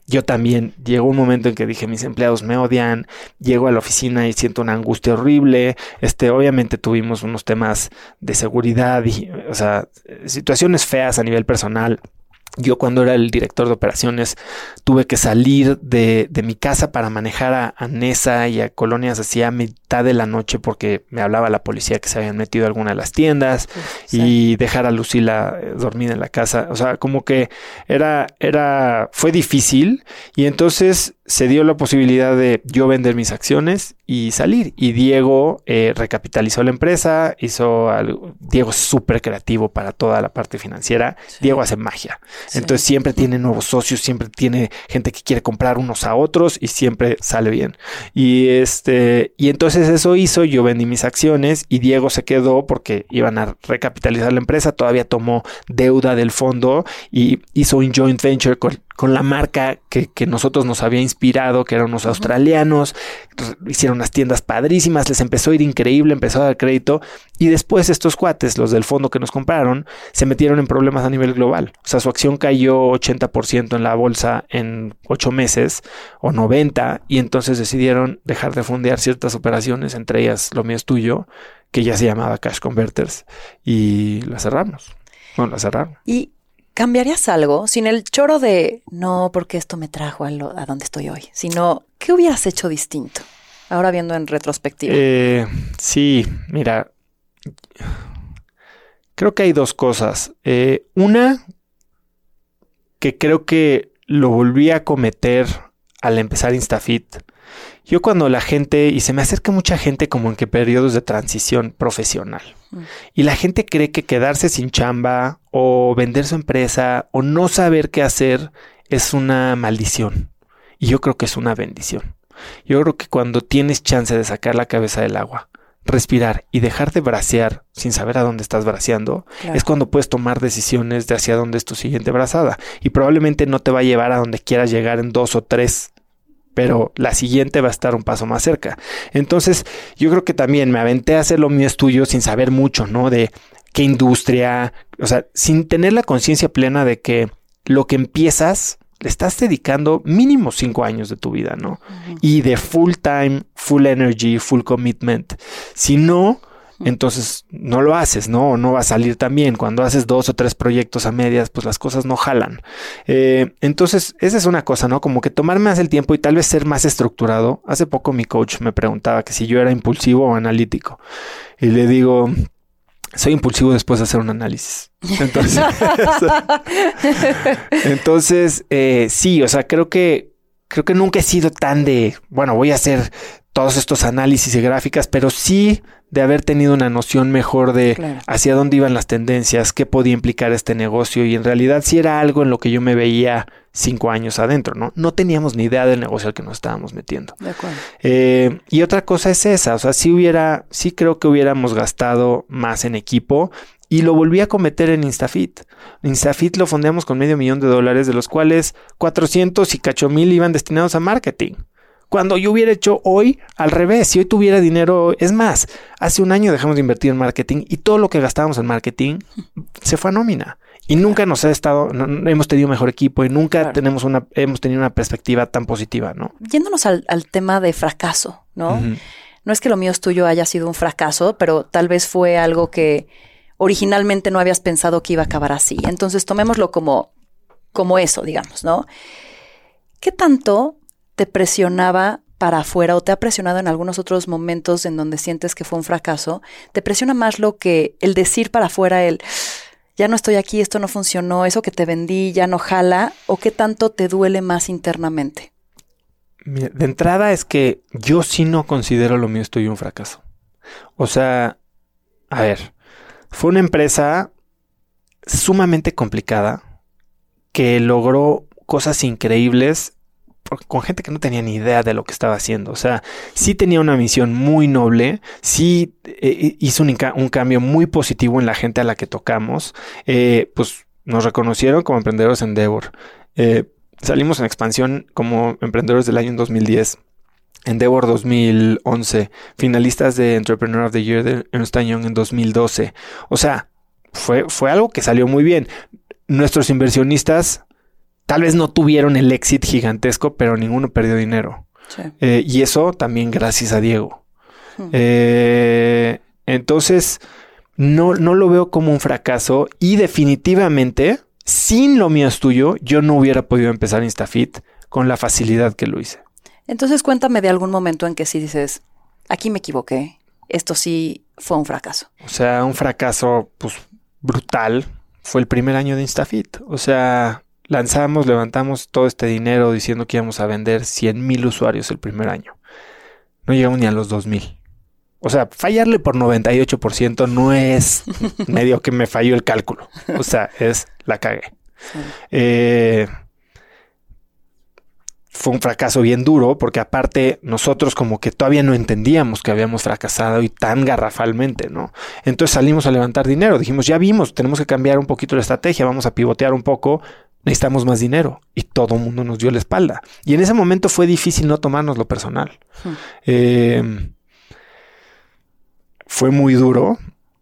Speaker 2: yo también llegó un momento en que dije, mis empleados me odian, llego a la oficina y siento una angustia horrible. Obviamente tuvimos unos temas de seguridad y, o sea, situaciones feas a nivel personal. Yo cuando era el director de operaciones tuve que salir de mi casa para manejar a Nesa y a colonias así a mitad de la noche porque me hablaba la policía que se habían metido a alguna de las tiendas y dejar a Lucila dormida en la casa. O sea, como que fue difícil y entonces se dio la posibilidad de yo vender mis acciones y salir. Y Diego recapitalizó la empresa, Diego es súper creativo para toda la parte financiera. Sí. Diego hace magia. Sí. Entonces siempre tiene nuevos socios, siempre tiene gente que quiere comprar unos a otros y siempre sale bien. Y entonces eso hizo, yo vendí mis acciones y Diego se quedó porque iban a recapitalizar la empresa, todavía tomó deuda del fondo y hizo un joint venture con la marca que nosotros nos había inspirado, que eran unos australianos, hicieron unas tiendas padrísimas, les empezó a ir increíble, empezó a dar crédito y después estos cuates, los del fondo que nos compraron, se metieron en problemas a nivel global. O sea, su acción cayó 80% en la bolsa en 8 meses o 90% y entonces decidieron dejar de fondear ciertas operaciones, entre ellas Lo Mío Es Tuyo, que ya se llamaba Cash Converters y la cerramos. Bueno, la cerraron.
Speaker 3: Y ¿cambiarías algo sin el choro de no porque esto me trajo a donde estoy hoy, sino qué hubieras hecho distinto? Ahora viendo en retrospectiva.
Speaker 2: Sí, mira, creo que hay dos cosas. Una, que creo que lo volví a cometer al empezar InstaFit. Yo cuando la gente, y se me acerca mucha gente como en que periodos de transición profesional, y la gente cree que quedarse sin chamba o vender su empresa o no saber qué hacer es una maldición. Y yo creo que es una bendición. Yo creo que cuando tienes chance de sacar la cabeza del agua, respirar y dejar de bracear sin saber a dónde estás braceando, claro, es cuando puedes tomar decisiones de hacia dónde es tu siguiente brazada. Y probablemente no te va a llevar a donde quieras llegar en 2 o 3, pero la siguiente va a estar un paso más cerca. Entonces, yo creo que también me aventé a hacer Lo Mío Es Tuyo sin saber mucho, ¿no? De qué industria, o sea, sin tener la conciencia plena de que lo que empiezas le estás dedicando mínimo 5 años de tu vida, ¿no? Uh-huh. Y de full time, full energy, full commitment. Si no, entonces no lo haces, ¿no? O no va a salir tan bien. Cuando haces 2 o 3 proyectos a medias, pues las cosas no jalan. Entonces, esa es una cosa, ¿no? Como que tomar más el tiempo y tal vez ser más estructurado. Hace poco mi coach me preguntaba que si yo era impulsivo o analítico. Y le digo, soy impulsivo después de hacer un análisis. Entonces, sí, o sea, creo que nunca he sido tan de, bueno, voy a hacer todos estos análisis y gráficas, pero sí de haber tenido una noción mejor de claro, hacia dónde iban las tendencias, qué podía implicar este negocio y en realidad sí era algo en lo que yo me veía 5 años adentro, ¿no? No teníamos ni idea del negocio al que nos estábamos metiendo. De acuerdo. Y otra cosa es esa, o sea, sí creo que hubiéramos gastado más en equipo y lo volví a cometer en InstaFit. InstaFit lo fondeamos con $500,000, de los cuales 400 y cacho mil iban destinados a marketing. Cuando yo hubiera hecho hoy al revés, si hoy tuviera dinero, es más, hace un año dejamos de invertir en marketing y todo lo que gastábamos en marketing se fue a nómina. Y nunca no hemos tenido mejor equipo y nunca claro, hemos tenido una perspectiva tan positiva, ¿no?
Speaker 3: Yéndonos al tema de fracaso, ¿no? Uh-huh. No es que Lo Mío Es Tuyo haya sido un fracaso, pero tal vez fue algo que originalmente no habías pensado que iba a acabar así. Entonces tomémoslo como eso, digamos, ¿no? ¿Qué tanto te presionaba para afuera o te ha presionado en algunos otros momentos en donde sientes que fue un fracaso? ¿Te presiona más lo que el decir para afuera, ya no estoy aquí, esto no funcionó, eso que te vendí ya no jala? ¿O qué tanto te duele más internamente?
Speaker 2: Mira, de entrada es que yo sí no considero Lo Mío Es Tuyo un fracaso. O sea, a ver, fue una empresa sumamente complicada que logró cosas increíbles con gente que no tenía ni idea de lo que estaba haciendo. O sea, sí tenía una misión muy noble, sí hizo un cambio muy positivo en la gente a la que tocamos. Pues nos reconocieron como emprendedores Endeavor. Salimos en expansión como emprendedores del año en 2010. Endeavor 2011, finalistas de Entrepreneur of the Year de Ernst & Young en 2012. O sea, fue algo que salió muy bien. Nuestros inversionistas tal vez no tuvieron el éxito gigantesco, pero ninguno perdió dinero.
Speaker 3: Sí.
Speaker 2: Y eso también gracias a Diego. Entonces, no lo veo como un fracaso y definitivamente, sin lo mío es tuyo, yo no hubiera podido empezar InstaFit con la facilidad que lo hice.
Speaker 3: Entonces cuéntame de algún momento en que sí dices, aquí me equivoqué, esto sí fue un fracaso.
Speaker 2: O sea, un fracaso pues brutal fue el primer año de InstaFit. O sea, levantamos todo este dinero diciendo que íbamos a vender 100,000 usuarios el primer año. No llegamos ni a los 2,000. O sea, fallarle por 98% no es medio que me falló el cálculo. O sea, la cagué. Sí. Fue un fracaso bien duro porque aparte nosotros como que todavía no entendíamos que habíamos fracasado y tan garrafalmente, ¿no? Entonces salimos a levantar dinero. Dijimos, ya vimos, tenemos que cambiar un poquito la estrategia, vamos a pivotear un poco, necesitamos más dinero. Y todo el mundo nos dio la espalda. Y en ese momento fue difícil no tomarnos lo personal. Fue muy duro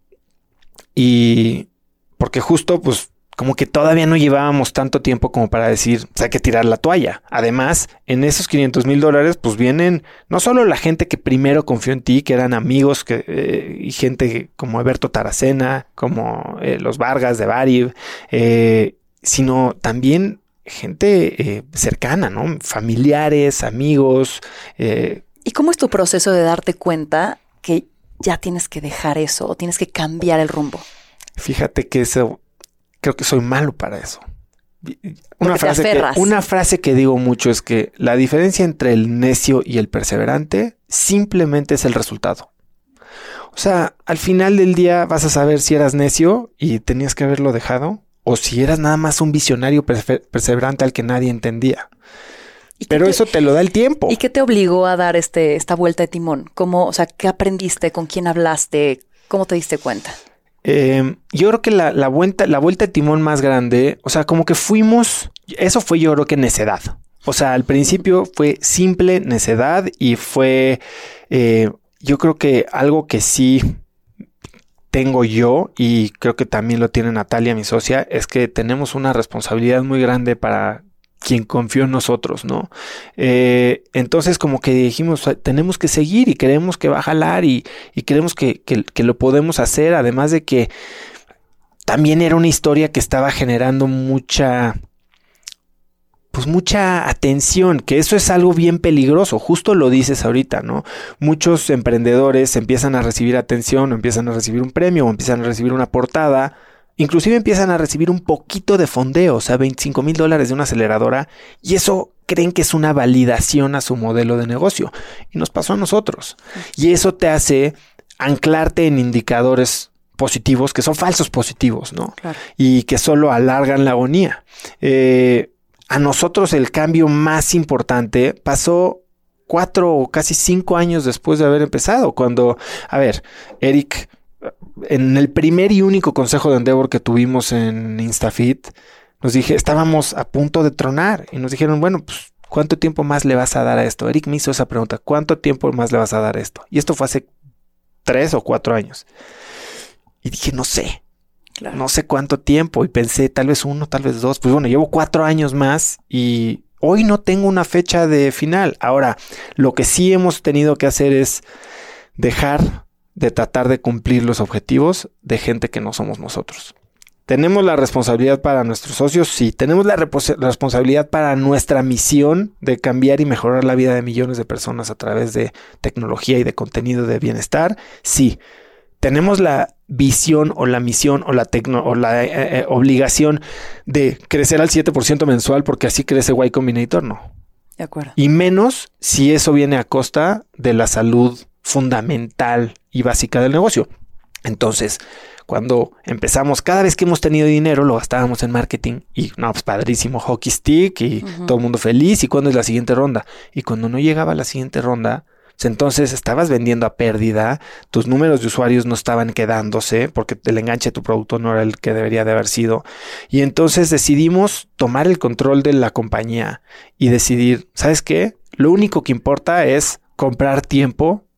Speaker 2: y porque justo pues como que todavía no llevábamos tanto tiempo como para decir, pues hay que tirar la toalla. Además, en esos $500,000 pues vienen no solo la gente que primero confió en ti, que eran amigos y gente como Alberto Taracena, como los Vargas de Bariv, sino también gente cercana, ¿no? Familiares, amigos.
Speaker 3: ¿Y cómo es tu proceso de darte cuenta que ya tienes que dejar eso o tienes que cambiar el rumbo?
Speaker 2: Fíjate que creo que soy malo para eso. Una frase que digo mucho es que la diferencia entre el necio y el perseverante simplemente es el resultado. O sea, al final del día vas a saber si eras necio y tenías que haberlo dejado o si eras nada más un visionario perseverante al que nadie entendía. Pero eso te lo da el tiempo.
Speaker 3: ¿Y qué te obligó a dar esta vuelta de timón? ¿Cómo, o sea, qué aprendiste? ¿Con quién hablaste? ¿Cómo te diste cuenta?
Speaker 2: Yo creo que la vuelta de timón más grande, o sea, como que eso fue yo creo que necedad. O sea, al principio fue simple necedad y fue, yo creo que algo que sí tengo yo y creo que también lo tiene Natalia, mi socia, es que tenemos una responsabilidad muy grande para quien confió en nosotros, ¿no? Entonces como que dijimos, tenemos que seguir y creemos que va a jalar y creemos que lo podemos hacer, además de que también era una historia que estaba generando mucha atención, que eso es algo bien peligroso, justo lo dices ahorita, ¿no? Muchos emprendedores empiezan a recibir atención, o empiezan a recibir un premio, o empiezan a recibir una portada, inclusive empiezan a recibir un poquito de fondeo, o sea, $25,000 de una aceleradora, y eso creen que es una validación a su modelo de negocio. Y nos pasó a nosotros. Y eso te hace anclarte en indicadores positivos que son falsos positivos, ¿no? Claro. Y que solo alargan la agonía. A nosotros el cambio más importante pasó 4 o casi 5 años después de haber empezado. Cuando, Eric, en el primer y único consejo de Endeavor que tuvimos en InstaFit, estábamos a punto de tronar y nos dijeron, bueno, pues, ¿cuánto tiempo más le vas a dar a esto? Eric me hizo esa pregunta, ¿cuánto tiempo más le vas a dar a esto? Y esto fue hace 3 o 4 años. Y dije, no sé. Claro. No sé cuánto tiempo. Y pensé, tal vez 1, tal vez 2. Pues bueno, llevo 4 años más y hoy no tengo una fecha de final. Ahora, lo que sí hemos tenido que hacer es dejar de tratar de cumplir los objetivos de gente que no somos nosotros. ¿Tenemos la responsabilidad para nuestros socios? Sí. ¿Tenemos la responsabilidad para nuestra misión de cambiar y mejorar la vida de millones de personas a través de tecnología y de contenido de bienestar? Sí. ¿Tenemos la visión o la misión o la obligación de crecer al 7% mensual porque así crece Y Combinator? No.
Speaker 3: De acuerdo.
Speaker 2: Y menos si eso viene a costa de la salud fundamental y básica del negocio. Entonces, cuando empezamos, cada vez que hemos tenido dinero, lo gastábamos en marketing y no, pues padrísimo, hockey stick y todo el mundo feliz. ¿Y cuándo es la siguiente ronda? Y cuando no llegaba la siguiente ronda, entonces estabas vendiendo a pérdida, tus números de usuarios no estaban quedándose porque el enganche de tu producto no era el que debería de haber sido. Y entonces decidimos tomar el control de la compañía y decidir, ¿sabes qué? Lo único que importa es comprar tiempo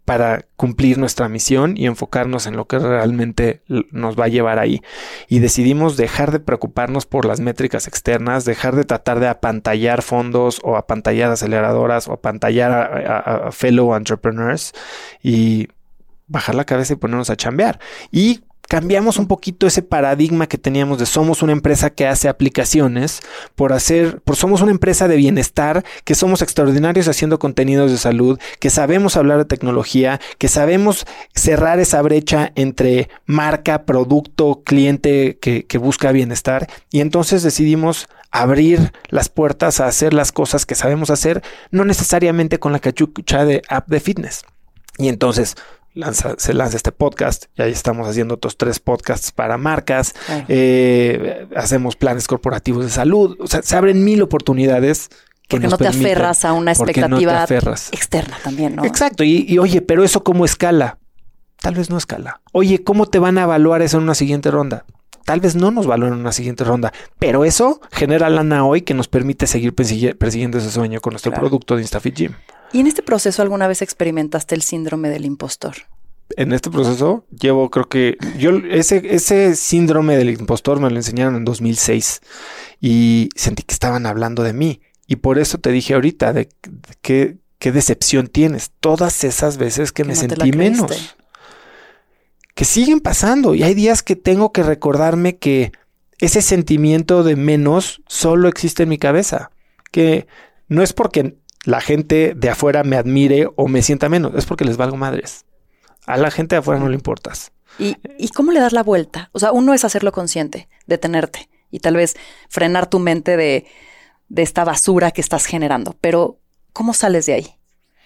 Speaker 2: para cumplir nuestra misión y enfocarnos en lo que realmente nos va a llevar ahí. Y decidimos dejar de preocuparnos por las métricas externas, dejar de tratar de apantallar fondos o apantallar aceleradoras o apantallar a fellow entrepreneurs y bajar la cabeza y ponernos a chambear. Y cambiamos un poquito ese paradigma que teníamos de somos una empresa que hace aplicaciones somos una empresa de bienestar, que somos extraordinarios haciendo contenidos de salud, que sabemos hablar de tecnología, que sabemos cerrar esa brecha entre marca, producto, cliente que busca bienestar. Y entonces decidimos abrir las puertas a hacer las cosas que sabemos hacer, no necesariamente con la cachucha de app de fitness. Y entonces se lanza este podcast y ahí estamos haciendo otros 3 podcasts para marcas. Hacemos planes corporativos de salud. O sea, se abren 1000 oportunidades.
Speaker 3: Porque no te aferras a una expectativa externa también, ¿no?
Speaker 2: Exacto. Y oye, pero eso ¿cómo escala? Tal vez no escala. Oye, ¿cómo te van a evaluar eso en una siguiente ronda? Tal vez no nos valoren en una siguiente ronda, pero eso genera lana hoy que nos permite seguir persiguiendo ese sueño con nuestro producto de InstaFit Gym.
Speaker 3: ¿Y en este proceso alguna vez experimentaste el síndrome del impostor?
Speaker 2: En este proceso creo que ese síndrome del impostor me lo enseñaron en 2006 y sentí que estaban hablando de mí. Y por eso te dije ahorita de qué decepción tienes. Todas esas veces que me sentí menos. Que siguen pasando. Y hay días que tengo que recordarme que ese sentimiento de menos solo existe en mi cabeza. Que no es porque la gente de afuera me admire o me sienta menos. Es porque les valgo madres. A la gente de afuera no le importas.
Speaker 3: ¿Y cómo le das la vuelta? O sea, uno es hacerlo consciente, detenerte y tal vez frenar tu mente de esta basura que estás generando. Pero, ¿cómo sales de ahí?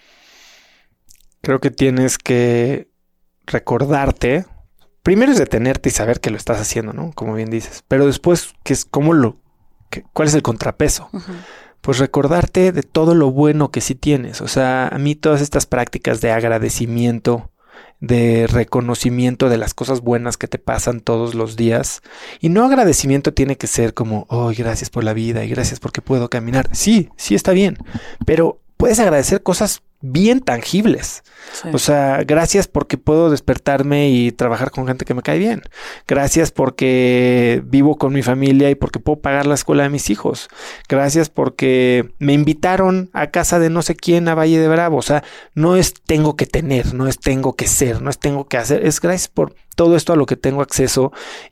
Speaker 2: Creo que tienes que recordarte. Primero es detenerte y saber que lo estás haciendo, ¿no? Como bien dices. Pero después, ¿cuál es el contrapeso? Uh-huh. Pues recordarte de todo lo bueno que sí tienes. O sea, a mí todas estas prácticas de agradecimiento, de reconocimiento de las cosas buenas que te pasan todos los días. Y no agradecimiento tiene que ser como, gracias por la vida y gracias porque puedo caminar. Sí está bien. Pero puedes agradecer cosas bien tangibles. Sí. O sea, gracias porque puedo despertarme y trabajar con gente que me cae bien. Gracias porque vivo con mi familia y porque puedo pagar la escuela de mis hijos. Gracias porque me invitaron a casa de no sé quién a Valle de Bravo. O sea, no es tengo que tener, no es tengo que ser, no es tengo que hacer. Es gracias por todo esto a lo que tengo acceso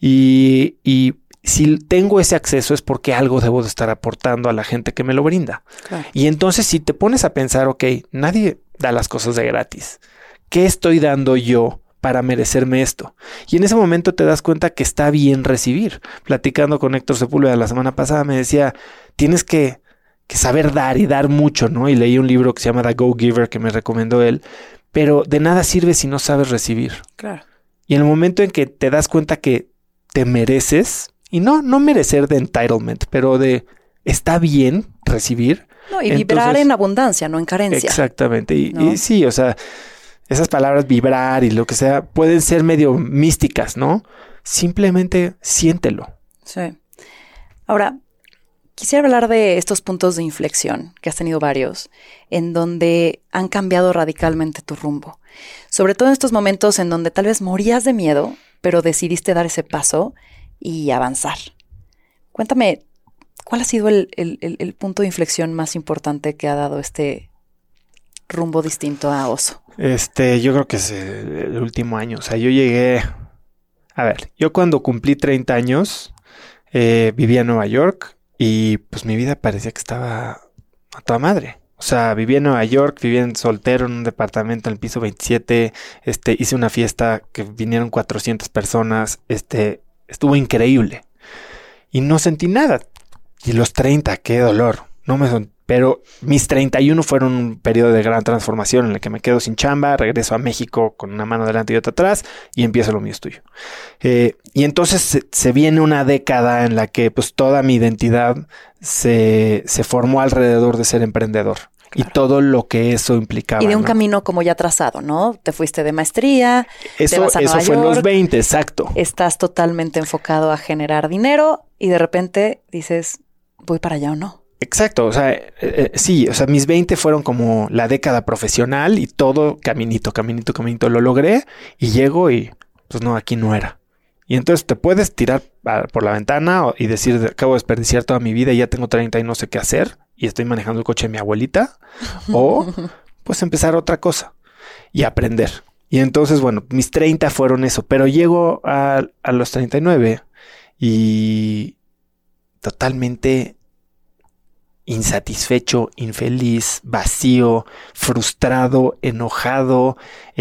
Speaker 2: y si tengo ese acceso es porque algo debo de estar aportando a la gente que me lo brinda. Claro. Y entonces si te pones a pensar, nadie da las cosas de gratis. ¿Qué estoy dando yo para merecerme esto? Y en ese momento te das cuenta que está bien recibir. Platicando con Héctor Sepúlveda la semana pasada me decía, tienes que saber dar y dar mucho, ¿no? Y leí un libro que se llama The Go Giver que me recomendó él. Pero de nada sirve si no sabes recibir. Claro. Y en el momento en que te das cuenta que te mereces, y no merecer de entitlement, pero de está bien recibir.
Speaker 3: No, y vibrar en abundancia, no en carencia.
Speaker 2: Exactamente. Y sí, o sea, esas palabras vibrar y lo que sea pueden ser medio místicas, ¿no? Simplemente siéntelo.
Speaker 3: Sí. Ahora, quisiera hablar de estos puntos de inflexión, que has tenido varios, en donde han cambiado radicalmente tu rumbo. Sobre todo en estos momentos en donde tal vez morías de miedo, pero decidiste dar ese paso y avanzar. Cuéntame, ¿cuál ha sido el punto de inflexión más importante que ha dado este rumbo distinto a Oso?
Speaker 2: Yo creo que es el último año. O sea, yo cuando cumplí 30 años, vivía en Nueva York y pues mi vida parecía que estaba a toda madre. O sea, vivía en Nueva York, vivía soltero en un departamento en el piso 27, hice una fiesta que vinieron 400 personas, estuvo increíble. Y no sentí nada. Y los 30, qué dolor. Pero mis 31 fueron un periodo de gran transformación en el que me quedo sin chamba, regreso a México con una mano delante y otra atrás y empiezo lo mío es tuyo. Y entonces se viene una década en la que pues toda mi identidad se formó alrededor de ser emprendedor. Claro. Y todo lo que eso implicaba.
Speaker 3: Y de un camino como ya trazado, ¿no? Te fuiste de maestría, te vas a Nueva York.
Speaker 2: Eso fue en los 20, exacto.
Speaker 3: Estás totalmente enfocado a generar dinero y de repente dices, ¿voy para allá o no?
Speaker 2: Exacto, o sea, sí, o sea, mis 20 fueron como la década profesional y todo caminito, lo logré y llego y pues no, aquí no era. Y entonces te puedes tirar por la ventana y decir, acabo de desperdiciar toda mi vida y ya tengo 30 y no sé qué hacer y estoy manejando el coche de mi abuelita, o pues empezar otra cosa y aprender. Y entonces, bueno, mis 30 fueron eso, pero llego a los 39 y totalmente insatisfecho, infeliz, vacío, frustrado, enojado,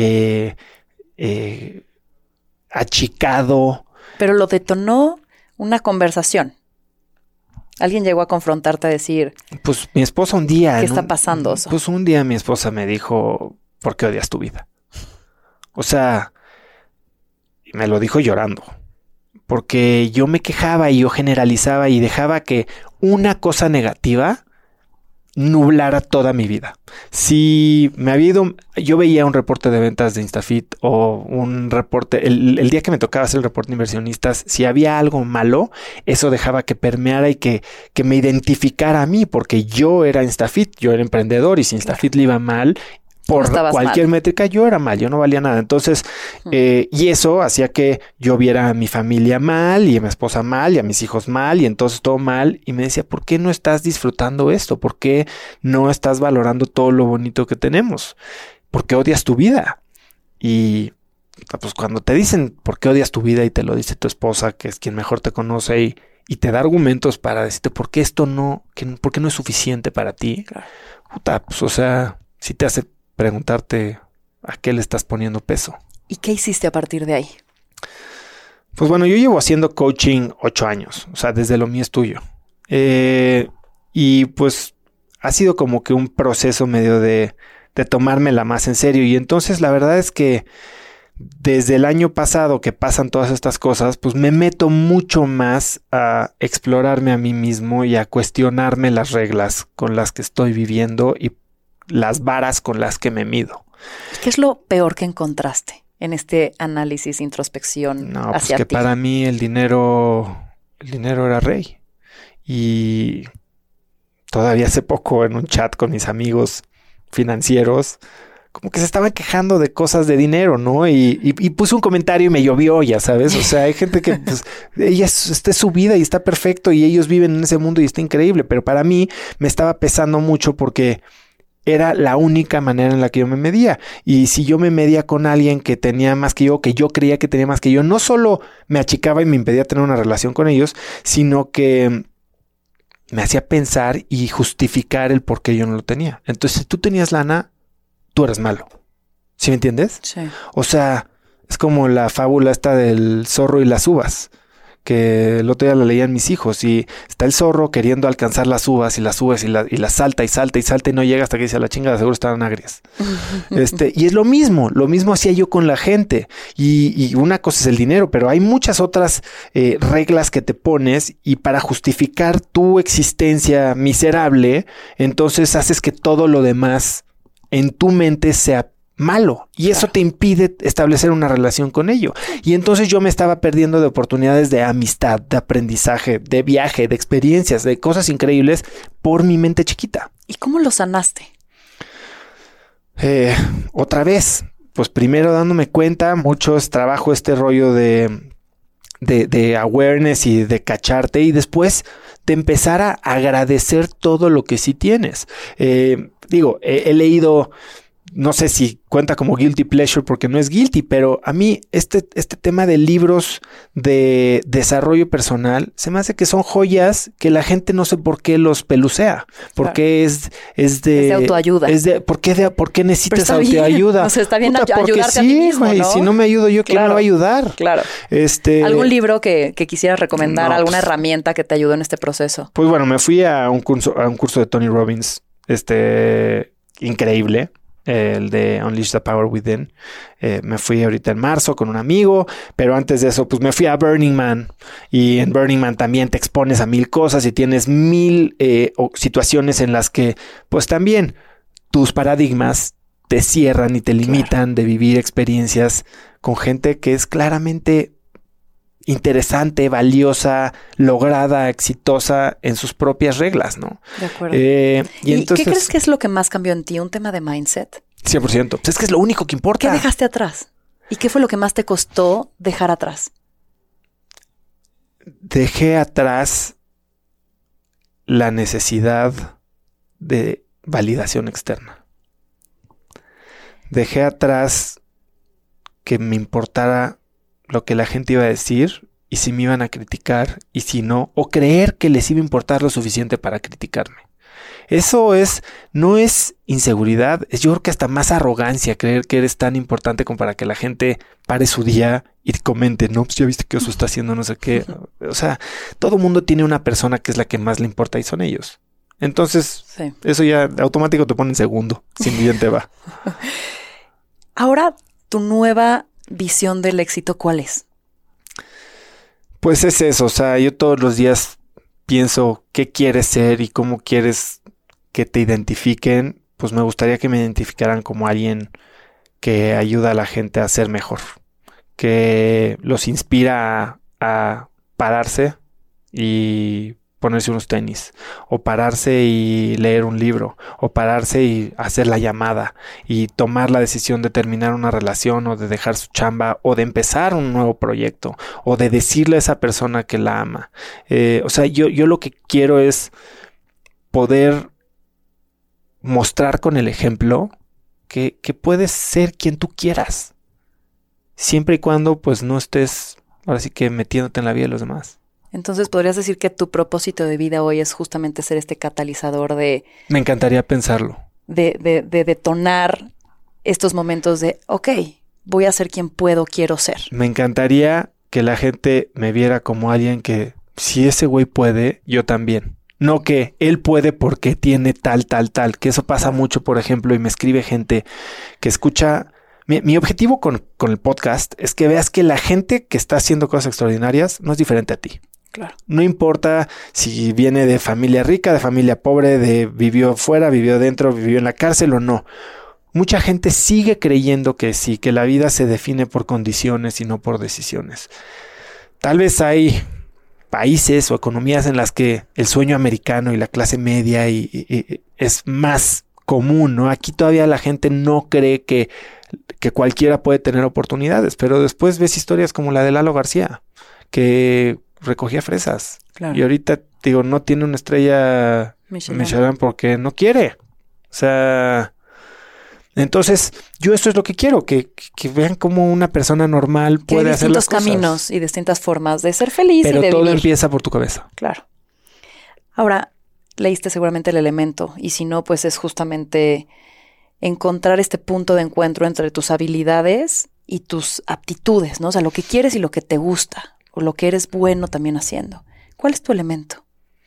Speaker 2: achicado.
Speaker 3: Pero lo detonó una conversación. Alguien llegó a confrontarte a decir...
Speaker 2: Pues mi esposa un día...
Speaker 3: ¿Qué está pasando, Oso?
Speaker 2: Pues un día mi esposa me dijo, ¿por qué odias tu vida? O sea, y me lo dijo llorando. Porque yo me quejaba y yo generalizaba y dejaba que una cosa negativa nublara toda mi vida. Si me había ido, yo veía un reporte de ventas de Instafit o un reporte, el día que me tocaba hacer el reporte de inversionistas, si había algo malo, eso dejaba que permeara y que me identificara a mí, porque yo era Instafit, yo era emprendedor y si Instafit le iba mal, por cualquier métrica yo era mal, yo no valía nada. Entonces, y eso hacía que yo viera a mi familia mal y a mi esposa mal y a mis hijos mal y entonces todo mal. Y me decía, ¿por qué no estás disfrutando esto? ¿Por qué no estás valorando todo lo bonito que tenemos? ¿Por qué odias tu vida? Y pues cuando te dicen por qué odias tu vida y te lo dice tu esposa, que es quien mejor te conoce y te da argumentos para decirte por qué esto no, por qué no es suficiente para ti. Claro. Puta, pues o sea, sí te hace preguntarte a qué le estás poniendo peso.
Speaker 3: ¿Y qué hiciste a partir de ahí?
Speaker 2: Pues bueno, yo llevo haciendo coaching 8 años, o sea, desde lo mío es tuyo. Y pues ha sido como que un proceso medio de tomármela más en serio. Y entonces la verdad es que desde el año pasado que pasan todas estas cosas, pues me meto mucho más a explorarme a mí mismo y a cuestionarme las reglas con las que estoy viviendo y las varas con las que me mido.
Speaker 3: ¿Qué es lo peor que encontraste en este análisis, introspección hacia
Speaker 2: pues que
Speaker 3: ti?
Speaker 2: Para mí el dinero era rey. Y todavía hace poco en un chat con mis amigos financieros, como que se estaban quejando de cosas de dinero, ¿no? Y puse un comentario y me llovió, ya sabes. O sea, hay gente que pues, esta es su vida y está perfecto y ellos viven en ese mundo y está increíble. Pero para mí me estaba pesando mucho porque era la única manera en la que yo me medía. Y si yo me medía con alguien que tenía más que yo creía que tenía más que yo, no solo me achicaba y me impedía tener una relación con ellos, sino que me hacía pensar y justificar el por qué yo no lo tenía. Entonces, si tú tenías lana, tú eras malo. ¿Sí me entiendes?
Speaker 3: Sí.
Speaker 2: O sea, es como la fábula esta del zorro y las uvas, que el otro día la leían mis hijos y está el zorro queriendo alcanzar las uvas y las salta y no llega hasta que dice a la chingada, seguro estaban agrias. Y es lo mismo hacía yo con la gente y una cosa es el dinero, pero hay muchas otras reglas que te pones y para justificar tu existencia miserable, entonces haces que todo lo demás en tu mente sea malo y eso te impide establecer una relación con ello. Y entonces yo me estaba perdiendo de oportunidades de amistad, de aprendizaje, de viaje, de experiencias, de cosas increíbles por mi mente chiquita.
Speaker 3: ¿Y cómo lo sanaste?
Speaker 2: Otra vez, pues primero dándome cuenta, trabajo este rollo de awareness y de cacharte y después de empezar a agradecer todo lo que sí tienes. He leído, no sé si cuenta como guilty pleasure porque no es guilty, pero a mí este tema de libros de desarrollo personal se me hace que son joyas que la gente no sé por qué los pelucea, porque es de
Speaker 3: autoayuda.
Speaker 2: ¿Por qué necesitas autoayuda?
Speaker 3: O sea, está bien ayudarte
Speaker 2: sí,
Speaker 3: a ti mismo,
Speaker 2: güey,
Speaker 3: ¿no?
Speaker 2: Si no me ayudo yo, ¿quién me va a ayudar?
Speaker 3: Claro. ¿Algún libro que quisieras recomendar? ¿Alguna herramienta que te ayudó en este proceso?
Speaker 2: Pues bueno, me fui a un curso de Tony Robbins, increíble. El de Unleash the Power Within. Me fui ahorita en marzo con un amigo, pero antes de eso, pues me fui a Burning Man. Y en Burning Man también te expones a 1000 cosas y tienes 1000 situaciones en las que, pues también tus paradigmas te cierran y te limitan de vivir experiencias con gente que es claramente interesante, valiosa, lograda, exitosa en sus propias reglas, ¿no?
Speaker 3: De acuerdo.
Speaker 2: Y entonces,
Speaker 3: ¿qué crees que es lo que más cambió en ti? ¿Un tema de mindset?
Speaker 2: 100%. Pues es que es lo único que importa.
Speaker 3: ¿Qué dejaste atrás? ¿Y qué fue lo que más te costó dejar atrás?
Speaker 2: Dejé atrás la necesidad de validación externa. Dejé atrás que me importara lo que la gente iba a decir y si me iban a criticar y si no, o creer que les iba a importar lo suficiente para criticarme. Eso no es inseguridad, es yo creo que hasta más arrogancia, creer que eres tan importante como para que la gente pare su día y comente, no, pues ya viste que Oso está haciendo no sé qué. O sea, todo mundo tiene una persona que es la que más le importa y son ellos. Entonces, sí, eso ya automático te pone en segundo, sin bien te va.
Speaker 3: Ahora, tu nueva visión del éxito, ¿cuál es?
Speaker 2: Pues es eso, o sea, yo todos los días pienso qué quieres ser y cómo quieres que te identifiquen. Pues me gustaría que me identificaran como alguien que ayuda a la gente a ser mejor, que los inspira a pararse y ponerse unos tenis, o pararse y leer un libro, o pararse y hacer la llamada y tomar la decisión de terminar una relación o de dejar su chamba o de empezar un nuevo proyecto o de decirle a esa persona que la ama. O sea, yo lo que quiero es poder mostrar con el ejemplo que puedes ser quien tú quieras, siempre y cuando pues no estés ahora sí que metiéndote en la vida de los demás.
Speaker 3: Entonces, ¿podrías decir que tu propósito de vida hoy es justamente ser este catalizador de...
Speaker 2: Me encantaría pensarlo.
Speaker 3: De detonar estos momentos de, ok, voy a ser quien quiero ser.
Speaker 2: Me encantaría que la gente me viera como alguien que, si ese güey puede, yo también. No que él puede porque tiene tal, que eso pasa mucho, por ejemplo, y me escribe gente que escucha... Mi objetivo con el podcast es que veas que la gente que está haciendo cosas extraordinarias no es diferente a ti.
Speaker 3: Claro.
Speaker 2: No importa si viene de familia rica, de familia pobre, vivió fuera, vivió dentro, vivió en la cárcel o no. Mucha gente sigue creyendo que sí, que la vida se define por condiciones y no por decisiones. Tal vez hay países o economías en las que el sueño americano y la clase media y es más común, ¿no? Aquí todavía la gente no cree que cualquiera puede tener oportunidades, pero después ves historias como la de Lalo García, que recogía fresas. Claro. Y ahorita, digo, no tiene una estrella Michelin porque no quiere. O sea, entonces, yo esto es lo que quiero, que vean cómo una persona normal puede hacer las cosas.
Speaker 3: Hay distintos caminos y distintas formas de ser feliz
Speaker 2: pero
Speaker 3: y de
Speaker 2: todo
Speaker 3: vivir.
Speaker 2: Empieza por tu cabeza.
Speaker 3: Claro. Ahora, leíste seguramente El Elemento, y si no, pues es justamente encontrar este punto de encuentro entre tus habilidades y tus aptitudes, ¿no? O sea, lo que quieres y lo que te gusta, o lo que eres bueno también haciendo. ¿Cuál es tu elemento?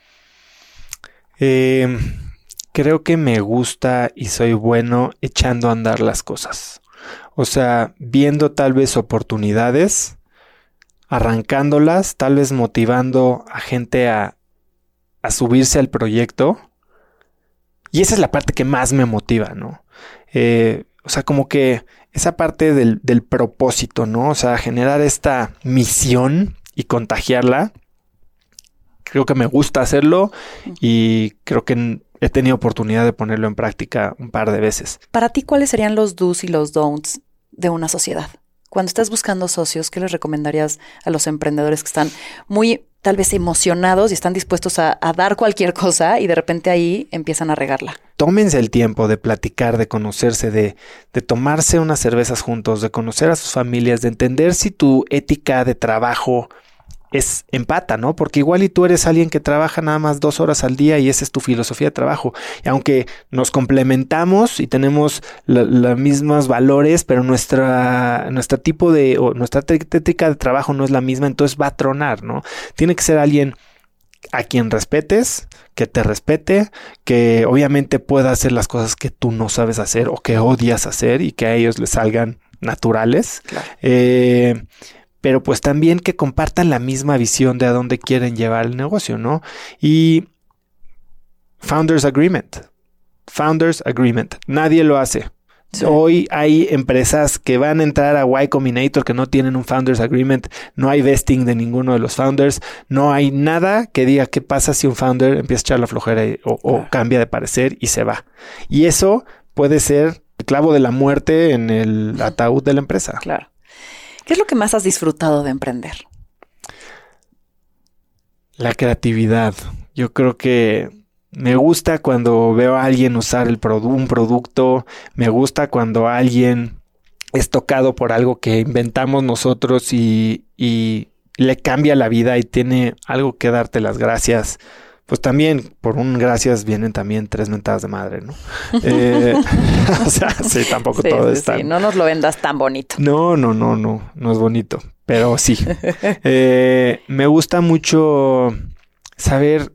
Speaker 2: Creo que me gusta y soy bueno echando a andar las cosas. O sea, viendo tal vez oportunidades, arrancándolas, tal vez motivando a gente a subirse al proyecto. Y esa es la parte que más me motiva, ¿no? O sea, como que esa parte del propósito, ¿no? O sea, generar esta misión y contagiarla. Creo que me gusta hacerlo y creo que he tenido oportunidad de ponerlo en práctica un par de veces.
Speaker 3: Para ti, ¿cuáles serían los do's y los don'ts de una sociedad? Cuando estás buscando socios, ¿qué les recomendarías a los emprendedores que están muy, tal vez, emocionados y están dispuestos a dar cualquier cosa y de repente ahí empiezan a regarla?
Speaker 2: Tómense el tiempo de platicar, de conocerse, de tomarse unas cervezas juntos, de conocer a sus familias, de entender si tu ética de trabajo empata, ¿no? Porque igual y tú eres alguien que trabaja nada más 2 horas al día y esa es tu filosofía de trabajo. Y aunque nos complementamos y tenemos los mismos valores, pero nuestra ética de trabajo no es la misma, entonces va a tronar, ¿no? Tiene que ser alguien a quien respetes, que te respete, que obviamente pueda hacer las cosas que tú no sabes hacer o que odias hacer y que a ellos les salgan naturales. Claro. Pero pues también que compartan la misma visión de a dónde quieren llevar el negocio, ¿no? Y Founders Agreement. Nadie lo hace. Sí. Hoy hay empresas que van a entrar a Y Combinator que no tienen un Founders Agreement, no hay vesting de ninguno de los founders, no hay nada que diga qué pasa si un founder empieza a echar la flojera o cambia de parecer y se va. Y eso puede ser el clavo de la muerte en el ataúd de la empresa.
Speaker 3: Claro. ¿Qué es lo que más has disfrutado de emprender?
Speaker 2: La creatividad. Yo creo que me gusta cuando veo a alguien usar un producto. Me gusta cuando alguien es tocado por algo que inventamos nosotros y le cambia la vida y tiene algo que darte las gracias. Pues también, por un gracias vienen también 3 mentadas de madre, ¿no? O sea, sí, tampoco todo es tan...
Speaker 3: Sí, no nos lo vendas tan bonito.
Speaker 2: No es bonito, pero sí. Me gusta mucho saber...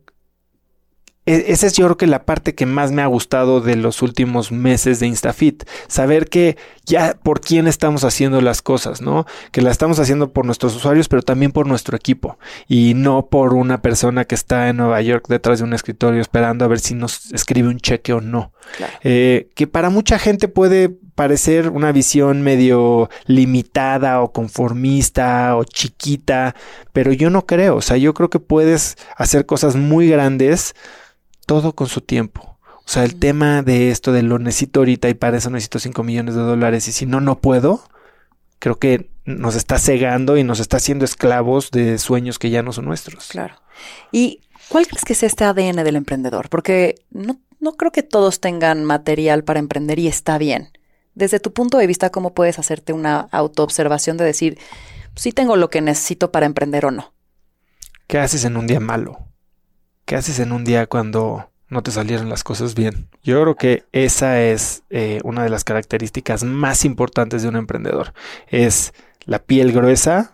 Speaker 2: Esa es yo creo que la parte que más me ha gustado de los últimos meses de InstaFit. Saber que ya por quién estamos haciendo las cosas, ¿no? Que la estamos haciendo por nuestros usuarios, pero también por nuestro equipo. Y no por una persona que está en Nueva York detrás de un escritorio esperando a ver si nos escribe un cheque o no. Claro. Que para mucha gente puede parecer una visión medio limitada o conformista o chiquita, pero yo no creo. O sea, yo creo que puedes hacer cosas muy grandes todo con su tiempo. O sea, el tema de esto de lo necesito ahorita y para eso necesito $5 millones y si no puedo, creo que nos está cegando y nos está haciendo esclavos de sueños que ya no son nuestros.
Speaker 3: Claro. ¿Y cuál crees que es este ADN del emprendedor? Porque no creo que todos tengan material para emprender y está bien. Desde tu punto de vista, ¿cómo puedes hacerte una autoobservación de decir, sí tengo lo que necesito para emprender o no?
Speaker 2: ¿Qué haces en un día malo? ¿Qué haces en un día cuando no te salieron las cosas bien? Yo creo que esa es una de las características más importantes de un emprendedor. Es la piel gruesa,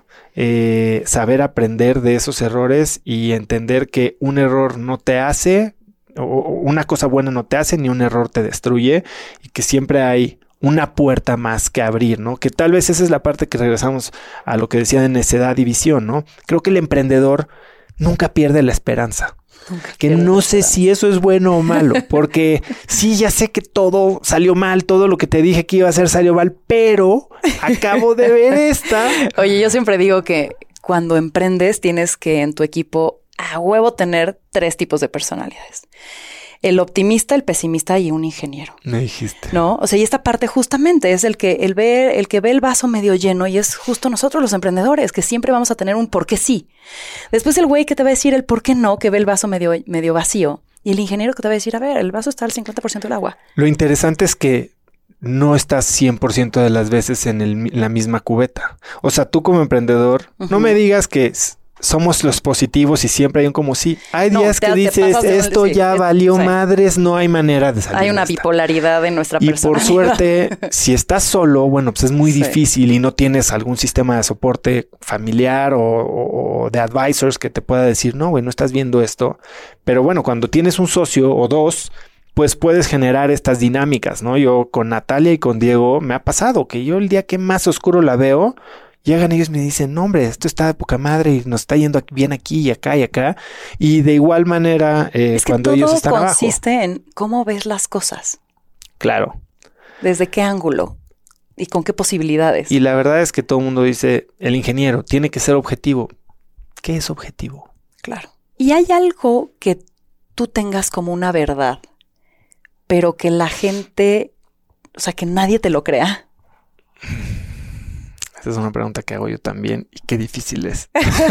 Speaker 2: saber aprender de esos errores y entender que un error no te hace, o una cosa buena no te hace, ni un error te destruye, y que siempre hay una puerta más que abrir, ¿no? Que tal vez esa es la parte que regresamos a lo que decía de necedad y visión, ¿no? Creo que el emprendedor nunca pierde la esperanza. Que no sé si eso es bueno o malo, porque sí, ya sé que todo salió mal, todo lo que te dije que iba a hacer salió mal, pero acabo de ver esta.
Speaker 3: Oye, yo siempre digo que cuando emprendes tienes que en tu equipo a huevo tener 3 tipos de personalidades. El optimista, el pesimista y un ingeniero.
Speaker 2: Me dijiste.
Speaker 3: ¿No? O sea, y esta parte justamente es el que ve el vaso medio lleno y es justo nosotros los emprendedores, que siempre vamos a tener un por qué sí. Después el güey que te va a decir el por qué no, que ve el vaso medio vacío. Y el ingeniero que te va a decir, a ver, el vaso está al 50% del agua.
Speaker 2: Lo interesante es que no estás 100% de las veces en la misma cubeta. O sea, tú como emprendedor, no me digas que somos los positivos y siempre hay un como sí. Hay días que dices, esto ya valió madres, no hay manera de salir.
Speaker 3: Hay una bipolaridad en nuestra personalidad.
Speaker 2: Y por suerte, si estás solo, bueno, pues es muy difícil y no tienes algún sistema de soporte familiar o de advisors que te pueda decir, no, güey, no estás viendo esto. Pero bueno, cuando tienes un socio o dos, pues puedes generar estas dinámicas, ¿no? Yo con Natalia y con Diego me ha pasado que yo el día que más oscuro la veo, llegan ellos y me dicen, no, hombre, esto está de poca madre y nos está yendo bien aquí y acá y acá. Y de igual manera, cuando ellos están abajo.
Speaker 3: Es que todo consiste en cómo ves las cosas.
Speaker 2: Claro.
Speaker 3: ¿Desde qué ángulo? ¿Y con qué posibilidades?
Speaker 2: Y la verdad es que todo el mundo dice, el ingeniero tiene que ser objetivo. ¿Qué es objetivo?
Speaker 3: Claro. ¿Y hay algo que tú tengas como una verdad, pero que la gente, o sea, que nadie te lo crea?
Speaker 2: Esa es una pregunta que hago yo también y qué difícil es.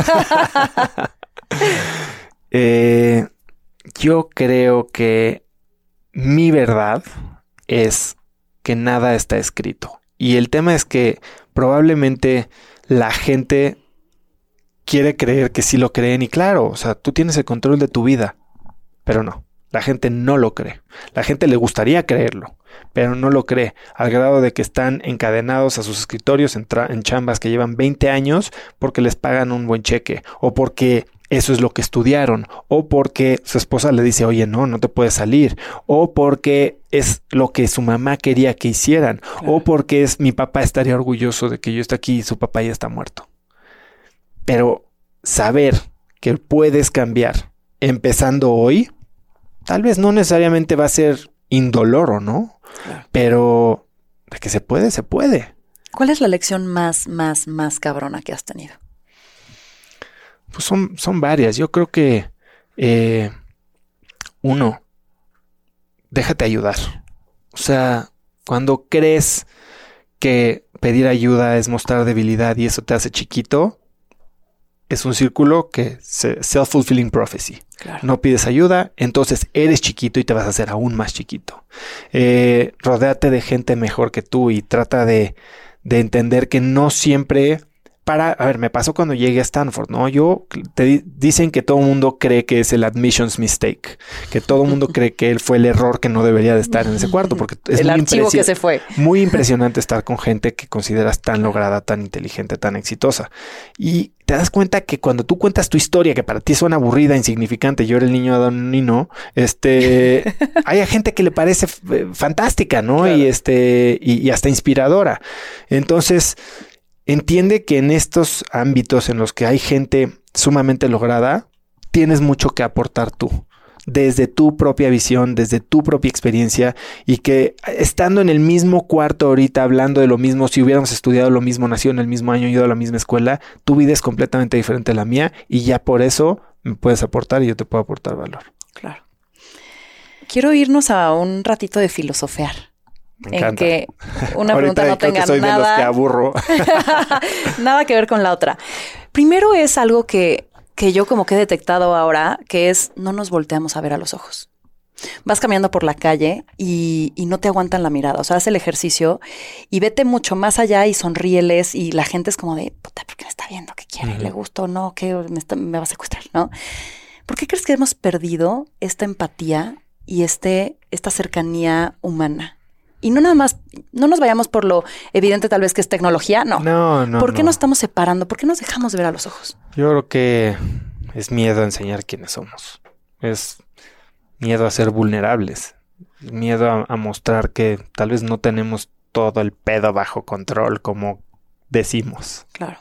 Speaker 2: Yo creo que mi verdad es que nada está escrito. Y el tema es que probablemente la gente quiere creer que sí lo creen y claro, o sea, tú tienes el control de tu vida, pero no. La gente no lo cree. La gente le gustaría creerlo, pero no lo cree, al grado de que están encadenados a sus escritorios en chambas que llevan 20 años porque les pagan un buen cheque, o porque eso es lo que estudiaron, o porque su esposa le dice, oye, no te puedes salir, o porque es lo que su mamá quería que hicieran, claro. O porque mi papá estaría orgulloso de que yo esté aquí y su papá ya está muerto. Pero saber que puedes cambiar empezando hoy, tal vez no necesariamente va a ser indoloro, ¿no? Claro. Pero de que se puede, se puede.
Speaker 3: ¿Cuál es la lección más cabrona que has tenido?
Speaker 2: Pues son varias. Yo creo que uno, déjate ayudar. O sea, cuando crees que pedir ayuda es mostrar debilidad y eso te hace chiquito, es un círculo que self-fulfilling prophecy.
Speaker 3: Claro.
Speaker 2: No pides ayuda, entonces eres chiquito y te vas a hacer aún más chiquito. Rodéate de gente mejor que tú y trata de entender que no siempre... A ver, me pasó cuando llegué a Stanford, ¿no? Dicen que todo el mundo cree que es el admissions mistake, que todo el mundo cree que él fue el error que no debería de estar en ese cuarto, porque es
Speaker 3: el archivo que se fue.
Speaker 2: Muy impresionante estar con gente que consideras tan lograda, tan inteligente, tan exitosa. Y te das cuenta que cuando tú cuentas tu historia, que para ti suena aburrida, insignificante, yo era el niño anónimo, hay gente que le parece fantástica, ¿no? Claro. Y hasta inspiradora. Entonces... entiende que en estos ámbitos en los que hay gente sumamente lograda, tienes mucho que aportar tú, desde tu propia visión, desde tu propia experiencia, y que estando en el mismo cuarto ahorita, hablando de lo mismo, si hubiéramos estudiado lo mismo, nacido en el mismo año, ido a la misma escuela, tu vida es completamente diferente a la mía, y ya por eso me puedes aportar y yo te puedo aportar valor.
Speaker 3: Claro. Quiero irnos a un ratito de filosofear.
Speaker 2: Me encanta.
Speaker 3: En que una pregunta no tenga
Speaker 2: que soy
Speaker 3: nada.
Speaker 2: De los que aburro.
Speaker 3: Nada que ver con la otra. Primero es algo que yo como que he detectado ahora, que es no nos volteamos a ver a los ojos. Vas caminando por la calle y no te aguantan la mirada. O sea, haz el ejercicio y vete mucho más allá y sonríeles y la gente es como de, puta, ¿por qué me está viendo? ¿Qué quiere? ¿Le gusta o no? ¿Qué me va a secuestrar? ¿No? ¿Por qué crees que hemos perdido esta empatía y esta cercanía humana? Y no nada más, no nos vayamos por lo evidente tal vez que es tecnología, no.
Speaker 2: No.
Speaker 3: ¿Por qué nos estamos separando? ¿Por qué nos dejamos de ver a los ojos?
Speaker 2: Yo creo que es miedo a enseñar quiénes somos. Es miedo a ser vulnerables. Es miedo a mostrar que tal vez no tenemos todo el pedo bajo control como decimos.
Speaker 3: Claro.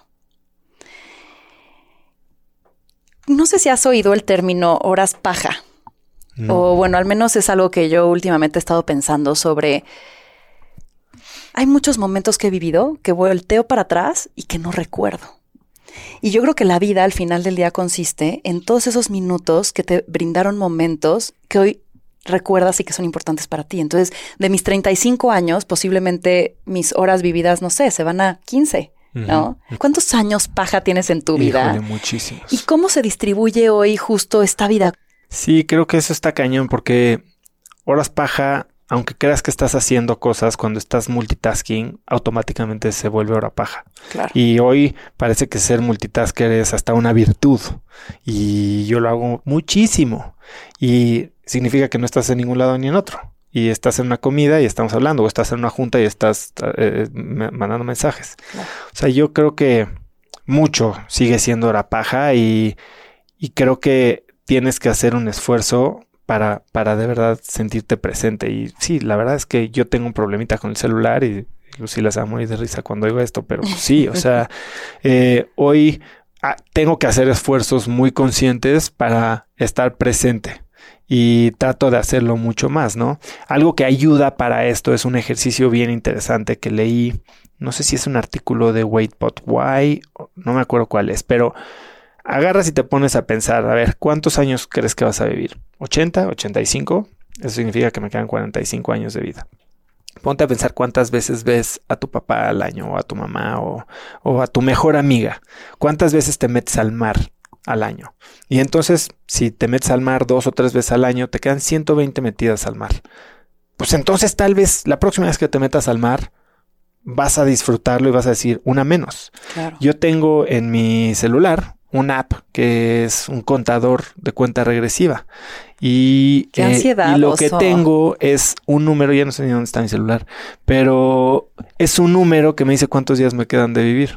Speaker 3: No sé si has oído el término horas paja. No. O bueno, al menos es algo que yo últimamente he estado pensando sobre... Hay muchos momentos que he vivido que volteo para atrás y que no recuerdo. Y yo creo que la vida al final del día consiste en todos esos minutos que te brindaron momentos que hoy recuerdas y que son importantes para ti. Entonces, de mis 35 años, posiblemente mis horas vividas, no sé, se van a 15, ¿no? Uh-huh. ¿Cuántos años paja tienes en tu vida?
Speaker 2: Híjole, muchísimos.
Speaker 3: ¿Y cómo se distribuye hoy justo esta vida?
Speaker 2: Sí, creo que eso está cañón porque horas paja, aunque creas que estás haciendo cosas, cuando estás multitasking, automáticamente se vuelve hora paja.
Speaker 3: Claro.
Speaker 2: Y hoy parece que ser multitasker es hasta una virtud. Y yo lo hago muchísimo. Y significa que no estás en ningún lado ni en otro. Y estás en una comida y estamos hablando. O estás en una junta y estás mandando mensajes. Claro. O sea, yo creo que mucho sigue siendo hora paja y creo que tienes que hacer un esfuerzo para de verdad sentirte presente. Y sí, la verdad es que yo tengo un problemita con el celular y Lucila se va a morir de risa cuando digo esto, pero sí, o sea, hoy tengo que hacer esfuerzos muy conscientes para estar presente y trato de hacerlo mucho más, ¿no? Algo que ayuda para esto es un ejercicio bien interesante que leí, no sé si es un artículo de Wait But Why, no me acuerdo cuál es, pero agarras y te pones a pensar, a ver, ¿cuántos años crees que vas a vivir? ¿80? ¿85? Eso significa que me quedan 45 años de vida. Ponte a pensar cuántas veces ves a tu papá al año, o a tu mamá, o a tu mejor amiga. ¿Cuántas veces te metes al mar al año? Y entonces, si te metes al mar 2 o 3 veces al año, te quedan 120 metidas al mar. Pues entonces tal vez la próxima vez que te metas al mar, vas a disfrutarlo y vas a decir una menos.
Speaker 3: Claro.
Speaker 2: Yo tengo en mi celular una app que es un contador de cuenta regresiva. Y,
Speaker 3: ¡qué ansiedad,
Speaker 2: y lo
Speaker 3: oso!
Speaker 2: Que tengo es un número, ya no sé ni dónde está mi celular, pero es un número que me dice cuántos días me quedan de vivir.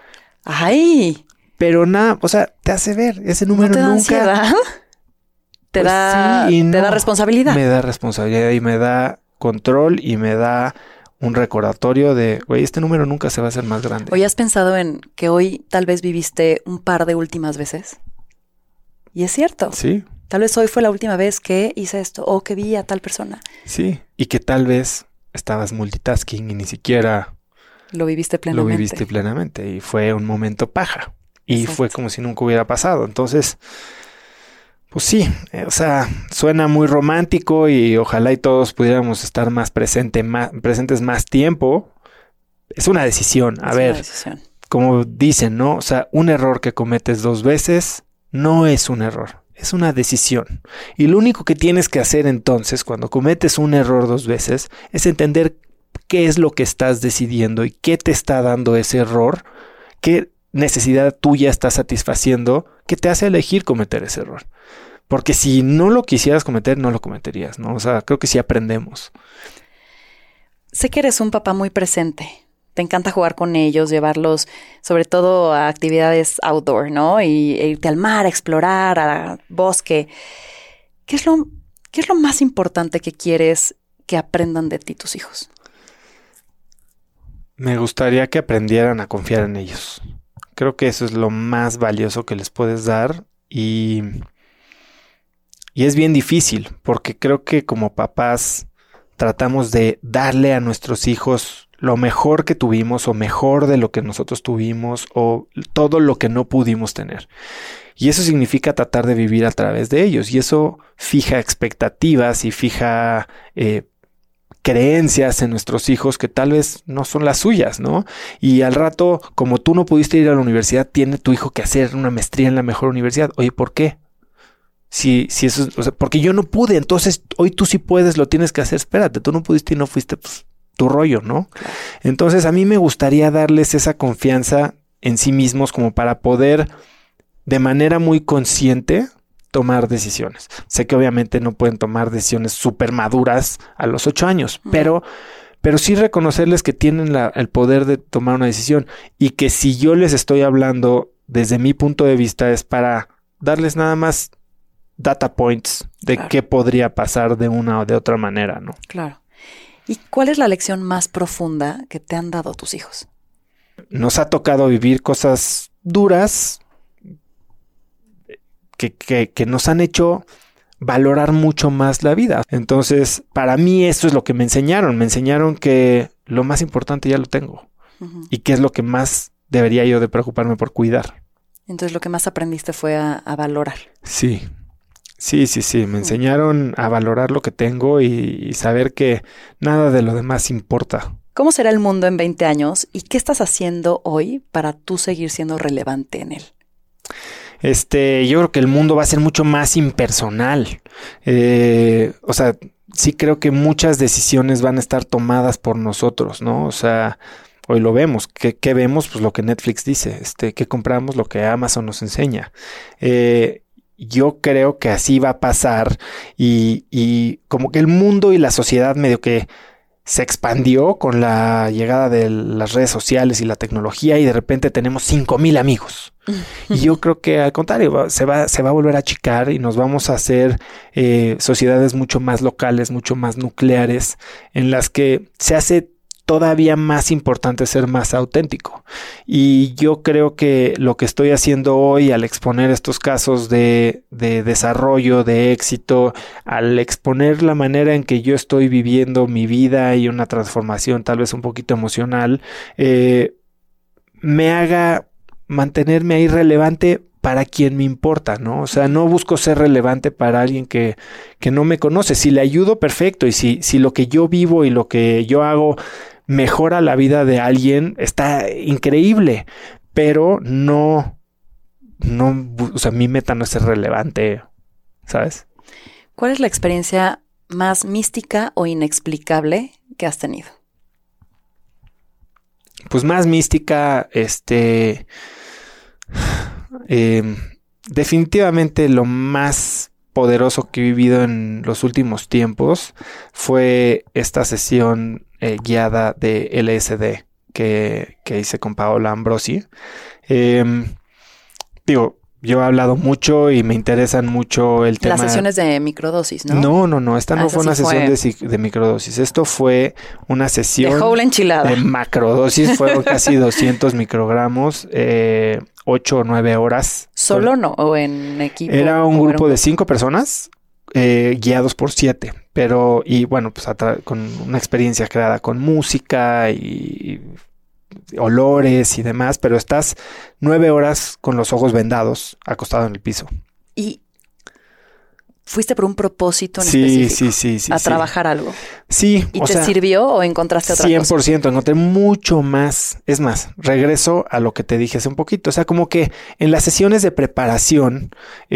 Speaker 3: ¡Ay!
Speaker 2: Pero nada, o sea, te hace ver, ese número
Speaker 3: ¿no te da
Speaker 2: nunca...
Speaker 3: ansiedad? ¿Te da responsabilidad?
Speaker 2: Me da responsabilidad y me da control y me da un recordatorio de, güey, este número nunca se va a hacer más grande.
Speaker 3: ¿Hoy has pensado en que hoy tal vez viviste un par de últimas veces? Y es cierto.
Speaker 2: Sí.
Speaker 3: Tal vez hoy fue la última vez que hice esto o que vi a tal persona.
Speaker 2: Sí. Y que tal vez estabas multitasking y ni siquiera
Speaker 3: Lo viviste plenamente.
Speaker 2: Y fue un momento paja. Y
Speaker 3: Exacto.
Speaker 2: fue como si nunca hubiera pasado. Entonces, pues sí, o sea, suena muy romántico y ojalá y todos pudiéramos estar más presentes más tiempo. Es una decisión. A
Speaker 3: Es
Speaker 2: ver,
Speaker 3: una decisión.
Speaker 2: como dicen, ¿no? O sea, un error que cometes 2 veces no es un error, es una decisión. Y lo único que tienes que hacer entonces, cuando cometes un error 2 veces, es entender qué es lo que estás decidiendo y qué te está dando ese error, qué necesidad tuya está satisfaciendo que te hace elegir cometer ese error. Porque si no lo quisieras cometer, no lo cometerías, ¿no? O sea, creo que sí aprendemos.
Speaker 3: Sé que eres un papá muy presente. Te encanta jugar con ellos, llevarlos sobre todo a actividades outdoor, ¿no? Y irte al mar, a explorar, al bosque. ¿Qué es lo más importante que quieres que aprendan de ti tus hijos?
Speaker 2: Me gustaría que aprendieran a confiar en ellos. Creo que eso es lo más valioso que les puedes dar y es bien difícil porque creo que como papás tratamos de darle a nuestros hijos lo mejor que tuvimos o mejor de lo que nosotros tuvimos o todo lo que no pudimos tener. Y eso significa tratar de vivir a través de ellos y eso fija expectativas y fija creencias en nuestros hijos que tal vez no son las suyas, ¿no? Y al rato, como tú no pudiste ir a la universidad, tiene tu hijo que hacer una maestría en la mejor universidad. Oye, ¿por qué? Si eso, o sea, porque yo no pude, entonces hoy tú sí puedes, lo tienes que hacer. Espérate, tú no pudiste y no fuiste, pues, tu rollo, ¿no? Entonces a mí me gustaría darles esa confianza en sí mismos como para poder de manera muy consciente tomar decisiones. Sé que obviamente no pueden tomar decisiones súper maduras a los 8 años, pero sí reconocerles que tienen el poder de tomar una decisión y que si yo les estoy hablando desde mi punto de vista es para darles nada más data points de
Speaker 3: Claro.
Speaker 2: qué podría pasar de una o de otra manera, ¿no?
Speaker 3: Claro. ¿Y cuál es la lección más profunda que te han dado tus hijos?
Speaker 2: Nos ha tocado vivir cosas duras que nos han hecho valorar mucho más la vida. Entonces, para mí eso es lo que me enseñaron. Me enseñaron que lo más importante ya lo tengo.
Speaker 3: Uh-huh.
Speaker 2: Y que es lo que más debería yo de preocuparme por cuidar.
Speaker 3: Entonces lo que más aprendiste fue a valorar.
Speaker 2: Sí. Me enseñaron a valorar lo que tengo y saber que nada de lo demás importa.
Speaker 3: ¿Cómo será el mundo en 20 años y qué estás haciendo hoy para tú seguir siendo relevante en él?
Speaker 2: Yo creo que el mundo va a ser mucho más impersonal. O sea, sí creo que muchas decisiones van a estar tomadas por nosotros, ¿no? O sea, hoy lo vemos. ¿Qué vemos? Pues lo que Netflix dice. ¿Qué compramos? Lo que Amazon nos enseña. Yo creo que así va a pasar y como que el mundo y la sociedad medio que se expandió con la llegada de las redes sociales y la tecnología y de repente tenemos 5,000 amigos. Y yo creo que al contrario, se va a volver a achicar y nos vamos a hacer sociedades mucho más locales, mucho más nucleares, en las que se hace todavía más importante ser más auténtico. Y yo creo que lo que estoy haciendo hoy al exponer estos casos de desarrollo, de éxito, al exponer la manera en que yo estoy viviendo mi vida y una transformación tal vez un poquito emocional, me haga mantenerme ahí relevante para quien me importa, ¿no? O sea, no busco ser relevante para alguien que no me conoce. Si le ayudo, perfecto. Y si lo que yo vivo y lo que yo hago mejora la vida de alguien, está increíble. Pero no, o sea, mi meta no es ser relevante, ¿sabes?
Speaker 3: ¿Cuál es la experiencia más mística o inexplicable que has tenido?
Speaker 2: Pues más mística, definitivamente lo más poderoso que he vivido en los últimos tiempos fue esta sesión guiada de LSD que hice con Paola Ambrosi. Digo, yo he hablado mucho y me interesan mucho el tema.
Speaker 3: Las sesiones de microdosis, ¿no?
Speaker 2: No. Esta no fue una sesión de microdosis. Esto fue una sesión
Speaker 3: de whole enchilada.
Speaker 2: De macrodosis. Fueron casi 200 microgramos, 8 o 9 horas.
Speaker 3: ¿Solo no? ¿O en equipo?
Speaker 2: Era un grupo de 5 personas guiados por 7. Pero, y bueno, pues con una experiencia creada con música y olores y demás, pero estás 9 horas con los ojos vendados, acostado en el piso.
Speaker 3: Y fuiste por un propósito en específico.
Speaker 2: Sí.
Speaker 3: A trabajar algo.
Speaker 2: Sí.
Speaker 3: ¿Y te sirvió o encontraste otra
Speaker 2: 100%,
Speaker 3: cosa?
Speaker 2: 100%, encontré mucho más. Es más, regreso a lo que te dije hace un poquito. O sea, como que en las sesiones de preparación,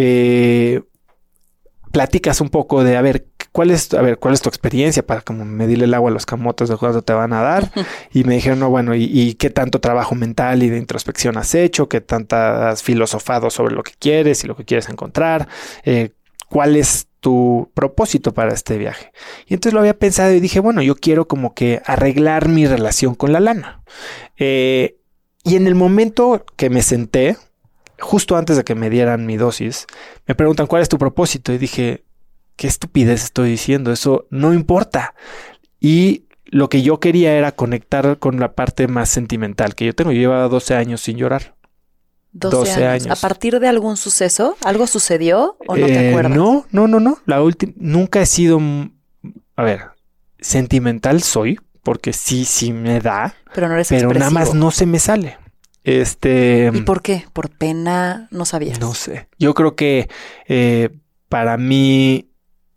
Speaker 2: platicas un poco de, a ver, ¿cuál es tu experiencia para como medirle el agua a los camotes de cuánto te van a dar? Y me dijeron, no, bueno, ¿y qué tanto trabajo mental y de introspección has hecho? ¿Qué tanto has filosofado sobre lo que quieres y lo que quieres encontrar? ¿Cuál es tu propósito para este viaje? Y entonces lo había pensado y dije, bueno, yo quiero como que arreglar mi relación con la lana. Y en el momento que me senté, justo antes de que me dieran mi dosis, me preguntan, ¿cuál es tu propósito? Y dije, qué estupidez estoy diciendo, eso no importa. Y lo que yo quería era conectar con la parte más sentimental que yo tengo. Yo llevaba 12 años sin llorar. 12 años.
Speaker 3: ¿A partir de algún suceso? ¿Algo sucedió o no te acuerdas?
Speaker 2: No. Nunca he sido, a ver, sentimental soy, porque sí me da.
Speaker 3: Pero no eres
Speaker 2: pero
Speaker 3: expresivo.
Speaker 2: Nada más no se me sale.
Speaker 3: ¿Y por qué? ¿Por pena? ¿No sabías?
Speaker 2: No sé. Yo creo que para mí,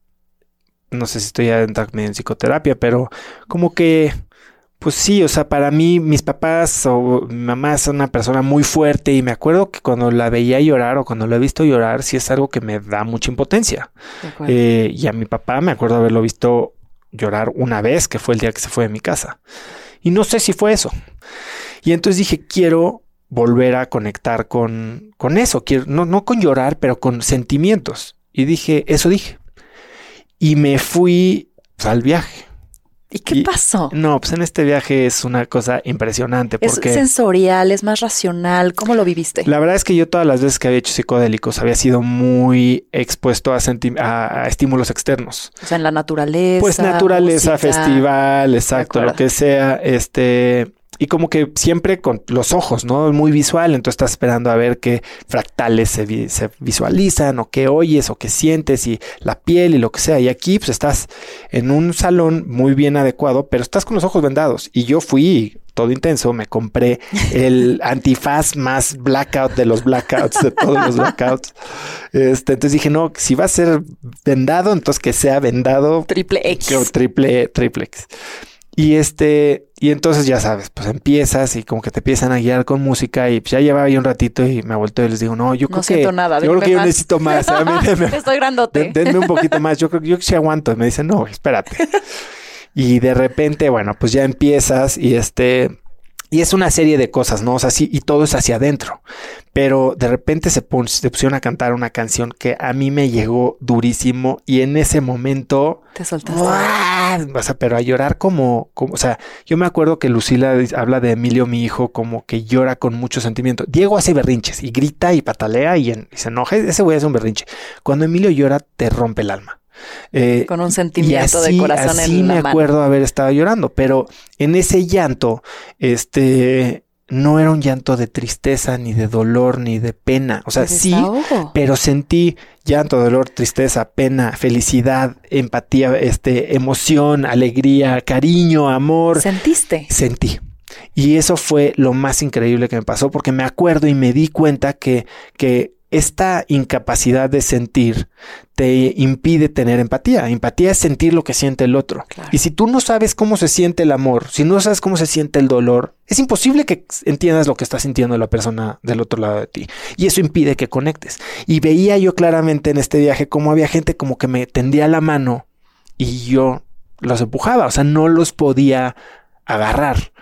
Speaker 2: no sé si estoy ya entrando en psicoterapia, pero como que, pues sí, o sea, para mí mis papás o mi mamá es una persona muy fuerte y me acuerdo que cuando la veía llorar o cuando la he visto llorar, sí es algo que me da mucha impotencia. Y a mi papá me acuerdo haberlo visto llorar una vez, que fue el día que se fue de mi casa. Y no sé si fue eso. Y entonces dije, quiero volver a conectar con eso. Quiero, no con llorar, pero con sentimientos. Y dije, eso dije. Y me fui al viaje.
Speaker 3: ¿Y qué pasó?
Speaker 2: No, pues en este viaje es una cosa impresionante. Porque
Speaker 3: ¿Es sensorial? ¿Es más racional? ¿Cómo lo viviste?
Speaker 2: La verdad es que yo todas las veces que había hecho psicodélicos había sido muy expuesto a estímulos externos.
Speaker 3: O sea, en la naturaleza.
Speaker 2: Pues naturaleza, música, festival, exacto, lo que sea. Y como que siempre con los ojos, ¿no? Muy visual. Entonces estás esperando a ver qué fractales se visualizan o qué oyes o qué sientes y la piel y lo que sea. Y aquí pues estás en un salón muy bien adecuado, pero estás con los ojos vendados. Y yo fui todo intenso, me compré el antifaz más blackout de los blackouts, de todos los blackouts. Entonces dije, no, si va a ser vendado, entonces que sea vendado.
Speaker 3: Triple X.
Speaker 2: Triple X. Y entonces ya sabes, pues empiezas y como que te empiezan a guiar con música y pues ya llevaba ahí un ratito y me volteo y les digo, no, yo creo que yo necesito más.
Speaker 3: Estoy grandote.
Speaker 2: Denme un poquito más. Yo creo que yo sí aguanto. Y me dicen, no, espérate. Y de repente, bueno, pues ya empiezas y es una serie de cosas, ¿no? O sea, sí, y todo es hacia adentro. Pero de repente se pusieron a cantar una canción que a mí me llegó durísimo y en ese momento...
Speaker 3: Te soltaste.
Speaker 2: O sea, pero a llorar como... O sea, yo me acuerdo que Lucila habla de Emilio, mi hijo, como que llora con mucho sentimiento. Diego hace berrinches y grita y patalea y se enoja. Ese güey hace un berrinche. Cuando Emilio llora, te rompe el alma.
Speaker 3: Con un sentimiento
Speaker 2: así,
Speaker 3: de corazón
Speaker 2: así
Speaker 3: en la
Speaker 2: me
Speaker 3: mano.
Speaker 2: acuerdo haber estado llorando, pero en ese llanto, no era un llanto de tristeza, ni de dolor, ni de pena. O sea, sí, pero sentí llanto, dolor, tristeza, pena, felicidad, empatía, emoción, alegría, cariño, amor.
Speaker 3: ¿Sentiste?
Speaker 2: Sentí. Y eso fue lo más increíble que me pasó, porque me acuerdo y me di cuenta que esta incapacidad de sentir te impide tener empatía. Empatía es sentir lo que siente el otro. Claro. Y si tú no sabes cómo se siente el amor, si no sabes cómo se siente el dolor, es imposible que entiendas lo que está sintiendo la persona del otro lado de ti. Y eso impide que conectes. Y veía yo claramente en este viaje cómo había gente como que me tendía la mano y yo los empujaba. O sea, no los podía agarrar.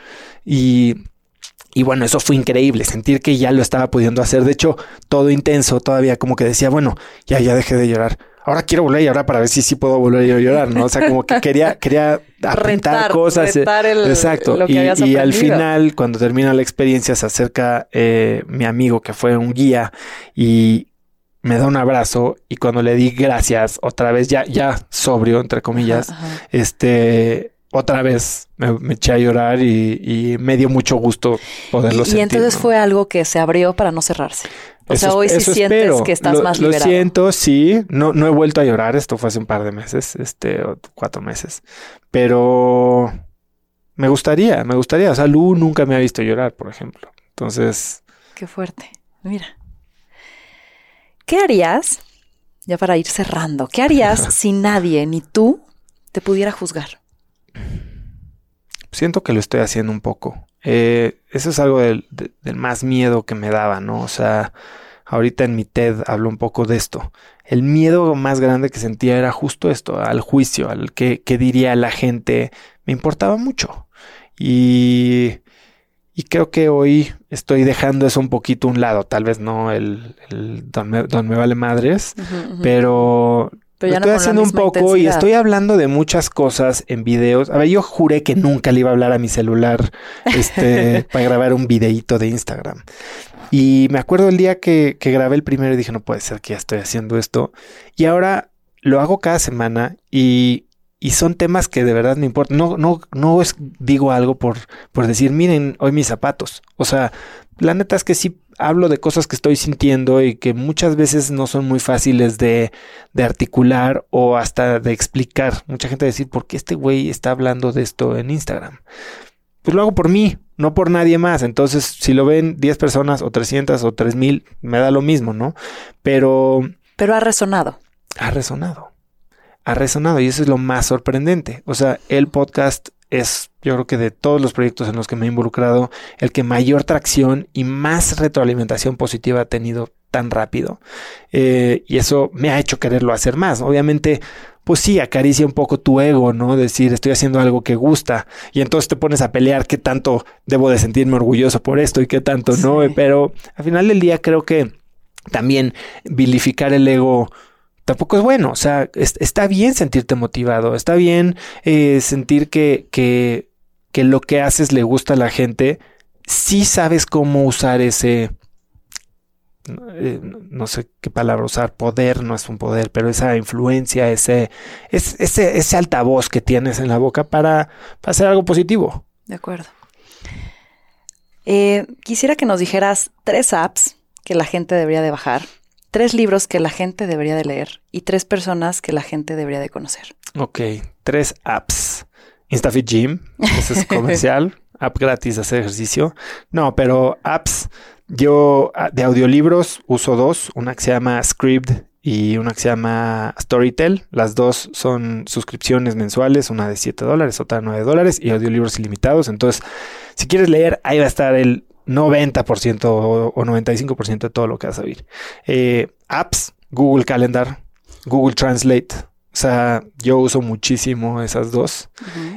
Speaker 2: Y bueno, eso fue increíble, sentir que ya lo estaba pudiendo hacer. De hecho, todo intenso, todavía como que decía, bueno, ya dejé de llorar. Ahora quiero volver a llorar para ver si sí puedo volver a llorar, ¿no? O sea, como que quería apuntar cosas. Exacto.
Speaker 3: Lo que habías aprendido.
Speaker 2: Al final, cuando termina la experiencia, se acerca mi amigo que fue un guía y me da un abrazo. Y cuando le di gracias, otra vez, ya sobrio, entre comillas, otra vez me eché a llorar y me dio mucho gusto poderlo sentir.
Speaker 3: Y entonces
Speaker 2: ¿no?
Speaker 3: fue algo que se abrió para no cerrarse. O sea, hoy sí sientes
Speaker 2: espero.
Speaker 3: que estás más liberado.
Speaker 2: Lo siento, sí. No he vuelto a llorar. Esto fue hace un par de meses, 4 meses. Pero me gustaría. O sea, Lu nunca me ha visto llorar, por ejemplo. Entonces...
Speaker 3: Qué fuerte. Mira. ¿Qué harías, ya para ir cerrando, qué harías si nadie, ni tú, te pudiera juzgar?
Speaker 2: Siento que lo estoy haciendo un poco. Eso es algo del más miedo que me daba, ¿no? O sea, ahorita en mi TED hablo un poco de esto. El miedo más grande que sentía era justo esto, al juicio, al qué diría la gente. Me importaba mucho. Y creo que hoy estoy dejando eso un poquito a un lado. Tal vez no el don me vale madres, pero lo estoy haciendo un poco intensidad. Y estoy hablando de muchas cosas en videos. A ver, yo juré que nunca le iba a hablar a mi celular para grabar un videíto de Instagram. Y me acuerdo el día que grabé el primero y dije, no puede ser que ya estoy haciendo esto. Y ahora lo hago cada semana y son temas que de verdad me importan. No digo algo por decir, miren, hoy mis zapatos. O sea, la neta es que sí hablo de cosas que estoy sintiendo y que muchas veces no son muy fáciles de articular o hasta de explicar. Mucha gente va a decir, ¿por qué este güey está hablando de esto en Instagram? Pues lo hago por mí, no por nadie más. Entonces, si lo ven 10 personas o 300 o 3000, me da lo mismo, ¿no? Pero
Speaker 3: ha resonado.
Speaker 2: Ha resonado y eso es lo más sorprendente. O sea, el podcast es, yo creo que de todos los proyectos en los que me he involucrado, el que mayor tracción y más retroalimentación positiva ha tenido tan rápido. Y eso me ha hecho quererlo hacer más. Obviamente, pues sí, acaricia un poco tu ego, ¿no? Decir, estoy haciendo algo que gusta. Y entonces te pones a pelear qué tanto debo de sentirme orgulloso por esto y qué tanto no. Pero al final del día creo que también vilificar el ego tampoco es bueno. O sea, está bien sentirte motivado, está bien sentir que lo que haces le gusta a la gente. Sí sabes cómo usar ese, no sé qué palabra usar, poder, no es un poder, pero esa influencia, ese altavoz que tienes en la boca para hacer algo positivo.
Speaker 3: De acuerdo. Quisiera que nos dijeras 3 apps que la gente debería de bajar, 3 libros que la gente debería de leer y 3 personas que la gente debería de conocer.
Speaker 2: Ok, 3 apps. InstaFit Gym, ese es comercial, app gratis de hacer ejercicio. No, pero apps, yo de audiolibros uso 2, una que se llama Scribd y una que se llama Storytel. Las dos son suscripciones mensuales, una de $7, otra de $9 y audiolibros ilimitados. Entonces, si quieres leer, ahí va a estar el 90% o 95% de todo lo que vas a oír. Apps, Google Calendar, Google Translate. O sea, yo uso muchísimo esas dos.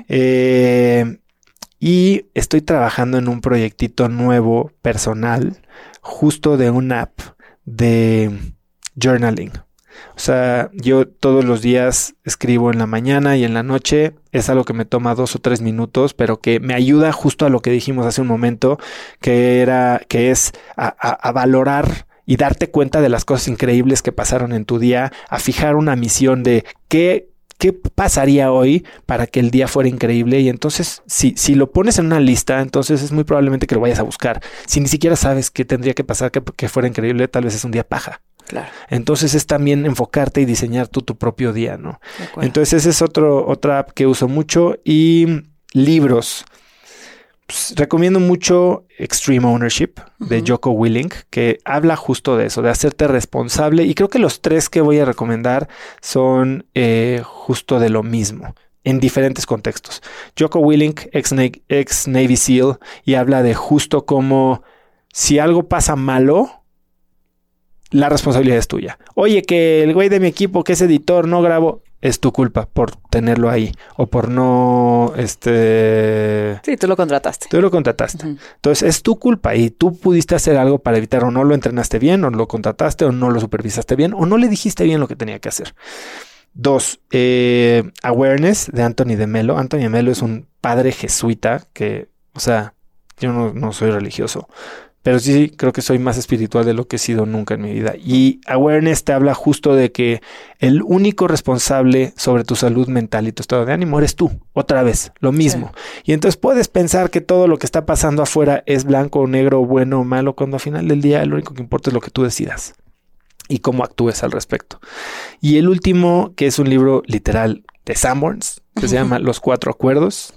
Speaker 2: Y estoy trabajando en un proyectito nuevo, personal, justo de una app de journaling. O sea, yo todos los días escribo en la mañana y en la noche. Es algo que me toma 2 o 3 minutos, pero que me ayuda justo a lo que dijimos hace un momento, que es a valorar y darte cuenta de las cosas increíbles que pasaron en tu día, a fijar una misión de qué pasaría hoy para que el día fuera increíble. Y entonces, si lo pones en una lista, entonces es muy probablemente que lo vayas a buscar. Si ni siquiera sabes qué tendría que pasar que fuera increíble, tal vez es un día paja.
Speaker 3: Claro.
Speaker 2: Entonces es también enfocarte y diseñar tu propio día, ¿no? Entonces ese es otra app que uso mucho. Y libros. Pues, recomiendo mucho Extreme Ownership de Jocko Willink, que habla justo de eso, de hacerte responsable. Y creo que los 3 que voy a recomendar son justo de lo mismo, en diferentes contextos. Jocko Willink, ex Navy SEAL, y habla de justo cómo si algo pasa malo, la responsabilidad es tuya. Oye, que el güey de mi equipo, que es editor, no grabó. Es tu culpa por tenerlo ahí o por no,
Speaker 3: Sí, tú lo contrataste.
Speaker 2: Entonces es tu culpa y tú pudiste hacer algo para evitar, o no lo entrenaste bien, o lo contrataste, o no lo supervisaste bien, o no le dijiste bien lo que tenía que hacer. 2, Awareness de Anthony de Mello. Anthony de Mello es un padre jesuita que, o sea, yo no soy religioso, pero sí creo que soy más espiritual de lo que he sido nunca en mi vida. Y Awareness te habla justo de que el único responsable sobre tu salud mental y tu estado de ánimo eres tú. Otra vez, lo mismo. Sí. Y entonces puedes pensar que todo lo que está pasando afuera es blanco o negro, bueno o malo, cuando al final del día lo único que importa es lo que tú decidas y cómo actúes al respecto. Y el último, que es un libro literal de Sanborns, que se llama Los 4 Acuerdos,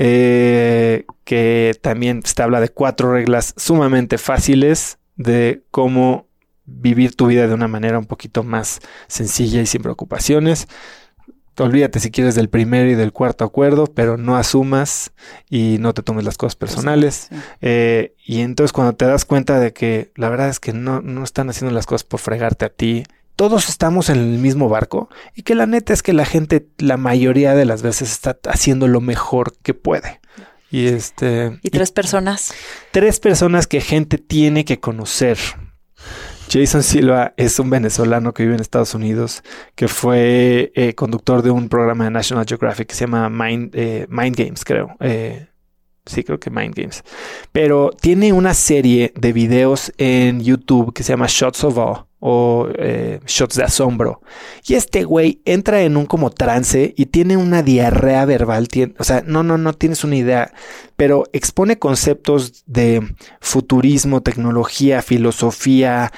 Speaker 2: que también te habla de 4 reglas sumamente fáciles de cómo vivir tu vida de una manera un poquito más sencilla y sin preocupaciones. Olvídate si quieres del primero y del 4 acuerdo, pero no asumas y no te tomes las cosas personales. Sí. Y entonces cuando te das cuenta de que la verdad es que no están haciendo las cosas por fregarte a ti, todos estamos en el mismo barco y que la neta es que la gente la mayoría de las veces está haciendo lo mejor que puede. ¿Y
Speaker 3: 3 personas?
Speaker 2: 3 personas que gente tiene que conocer. Jason Silva es un venezolano que vive en Estados Unidos, que fue conductor de un programa de National Geographic que se llama Mind Games, creo. Sí, creo que Mind Games. Pero tiene una serie de videos en YouTube que se llama Shots of Awe o Shots de Asombro. Y este güey entra en un como trance y tiene una diarrea verbal. O sea, no tienes una idea. Pero expone conceptos de futurismo, tecnología, filosofía,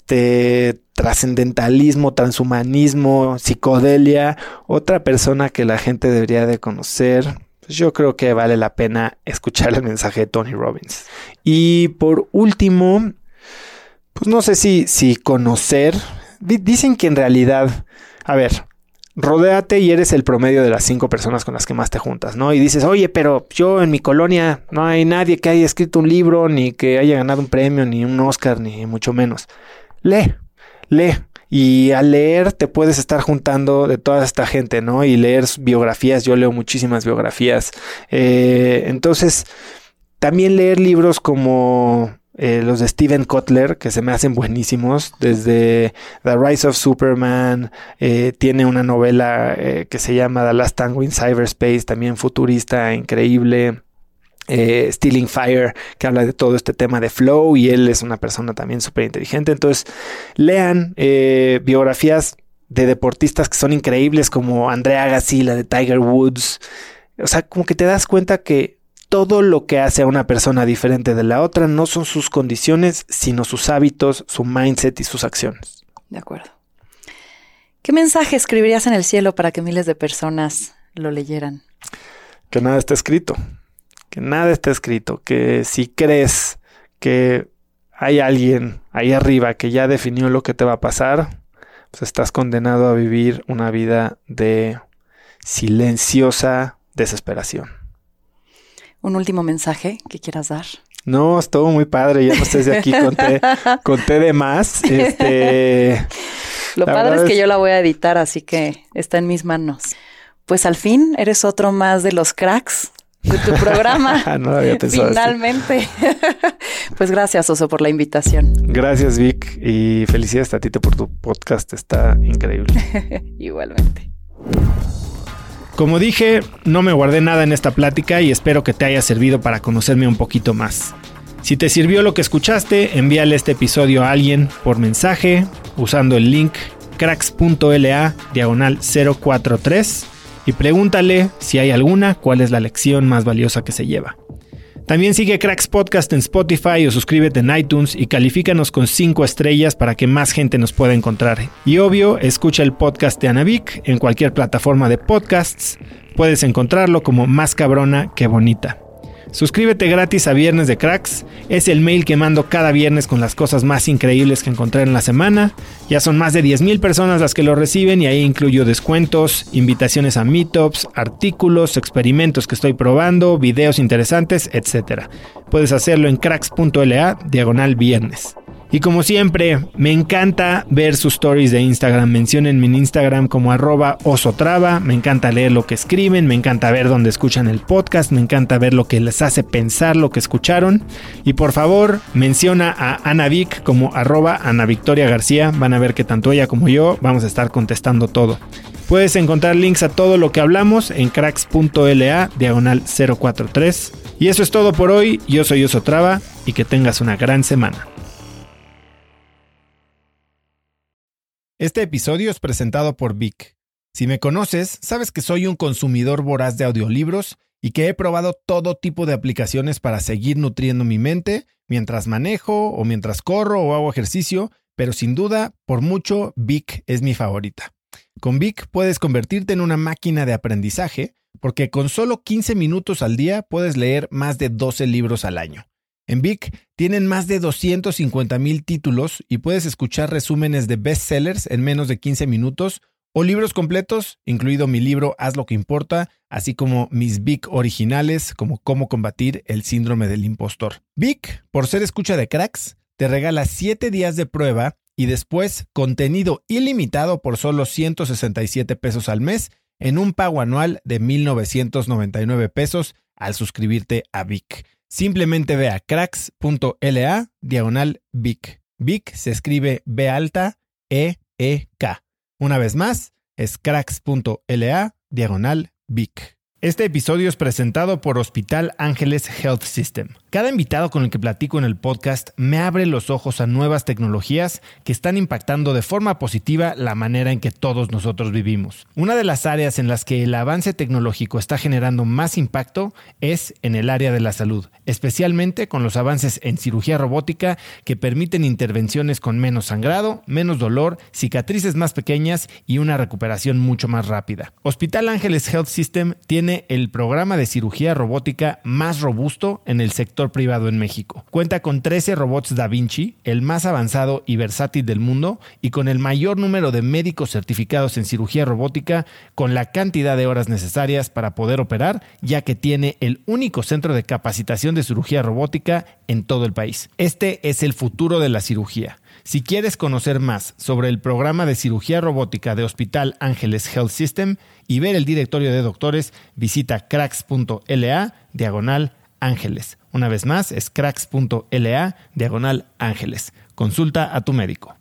Speaker 2: trascendentalismo, transhumanismo, psicodelia. Otra persona que la gente debería de conocer. Yo creo que vale la pena escuchar el mensaje de Tony Robbins. Y por último, pues no sé si conocer. Dicen que en realidad, a ver, rodéate y eres el promedio de las 5 personas con las que más te juntas, ¿no? Y dices, oye, pero yo en mi colonia no hay nadie que haya escrito un libro, ni que haya ganado un premio, ni un Oscar, ni mucho menos. Lee. Y al leer te puedes estar juntando de toda esta gente, ¿no? Y leer biografías. Yo leo muchísimas biografías. Entonces, también leer libros como los de Steven Kotler, que se me hacen buenísimos. Desde The Rise of Superman. Tiene una novela que se llama The Last Tango in Cyberspace, también futurista, increíble. Stealing Fire, que habla de todo este tema de flow, y él es una persona también súper inteligente. Entonces lean biografías de deportistas que son increíbles, como Andrea Agassi, la de Tiger Woods. O sea, como que te das cuenta que todo lo que hace a una persona diferente de la otra no son sus condiciones, sino sus hábitos, su mindset y sus acciones.
Speaker 3: De acuerdo. ¿Qué mensaje escribirías en el cielo para que miles de personas lo leyeran?
Speaker 2: Que nada está escrito. Que nada está escrito, que si crees que hay alguien ahí arriba que ya definió lo que te va a pasar, pues estás condenado a vivir una vida de silenciosa desesperación. ¿Un
Speaker 3: último mensaje que quieras dar?
Speaker 2: No, estuvo muy padre, ya no estés de aquí, conté de más.
Speaker 3: Lo padre es que yo la voy a editar, así que está en mis manos. Pues al fin eres otro más de los cracks de tu programa.
Speaker 2: No había pensado.
Speaker 3: Finalmente. Pues gracias, Oso, por la invitación.
Speaker 2: Gracias, Vic, y felicidades, Tatito, por tu podcast. Está increíble.
Speaker 3: Igualmente.
Speaker 1: Como dije, no me guardé nada en esta plática y espero que te haya servido para conocerme un poquito más. Si te sirvió lo que escuchaste, envíale este episodio a alguien por mensaje usando el link cracks.la/043 y pregúntale si hay alguna, cuál es la lección más valiosa que se lleva. También sigue Cracks Podcast en Spotify o suscríbete en iTunes y califícanos con 5 estrellas para que más gente nos pueda encontrar. Y obvio, escucha el podcast de Ana Vic en cualquier plataforma de podcasts. Puedes encontrarlo como Más Cabrona que Bonita. Suscríbete gratis a Viernes de Cracks. Es el mail que mando cada viernes con las cosas más increíbles que encontré en la semana. Ya son más de 10,000 personas las que lo reciben y ahí incluyo descuentos, invitaciones a meetups, artículos, experimentos que estoy probando, videos interesantes, etc. Puedes hacerlo en cracks.la/viernes. Y como siempre, me encanta ver sus stories de Instagram. Menciónenme en Instagram como @osotrava. Me encanta leer lo que escriben, me encanta ver dónde escuchan el podcast, me encanta ver lo que les hace pensar lo que escucharon. Y por favor, menciona a Ana Vic como @AnaVictoriaGarcía. Van a ver que tanto ella como yo vamos a estar contestando todo. Puedes encontrar links a todo lo que hablamos en cracks.la/043. Y eso es todo por hoy. Yo soy Oso Trava y que tengas una gran semana. Este episodio es presentado por Vic. Si me conoces, sabes que soy un consumidor voraz de audiolibros y que he probado todo tipo de aplicaciones para seguir nutriendo mi mente mientras manejo o mientras corro o hago ejercicio, pero sin duda, por mucho, Vic es mi favorita. Con Vic puedes convertirte en una máquina de aprendizaje porque con solo 15 minutos al día puedes leer más de 12 libros al año. En Vic tienen más de 250,000 títulos y puedes escuchar resúmenes de bestsellers en menos de 15 minutos o libros completos, incluido mi libro Haz lo que importa, así como mis Vic originales como Cómo combatir el síndrome del impostor. Vic, por ser escucha de Cracks, te regala 7 días de prueba y después contenido ilimitado por solo $167 al mes en un pago anual de $1,999 al suscribirte a Vic. Simplemente ve a cracks.la/Vic. Vic se escribe B-alta-E-E-K. Una vez más, es cracks.la/Vic. Este episodio es presentado por Hospital Ángeles Health System. Cada invitado con el que platico en el podcast me abre los ojos a nuevas tecnologías que están impactando de forma positiva la manera en que todos nosotros vivimos. Una de las áreas en las que el avance tecnológico está generando más impacto es en el área de la salud, especialmente con los avances en cirugía robótica que permiten intervenciones con menos sangrado, menos dolor, cicatrices más pequeñas y una recuperación mucho más rápida. Hospital Ángeles Health System tiene el programa de cirugía robótica más robusto en el sector privado en México. Cuenta con 13 robots Da Vinci, el más avanzado y versátil del mundo, y con el mayor número de médicos certificados en cirugía robótica, con la cantidad de horas necesarias para poder operar, ya que tiene el único centro de capacitación de cirugía robótica en todo el país. Este es el futuro de la cirugía. Si quieres conocer más sobre el programa de cirugía robótica de Hospital Ángeles Health System y ver el directorio de doctores, visita cracks.la/Ángeles. Una vez más, es cracks.la/Ángeles. Consulta a tu médico.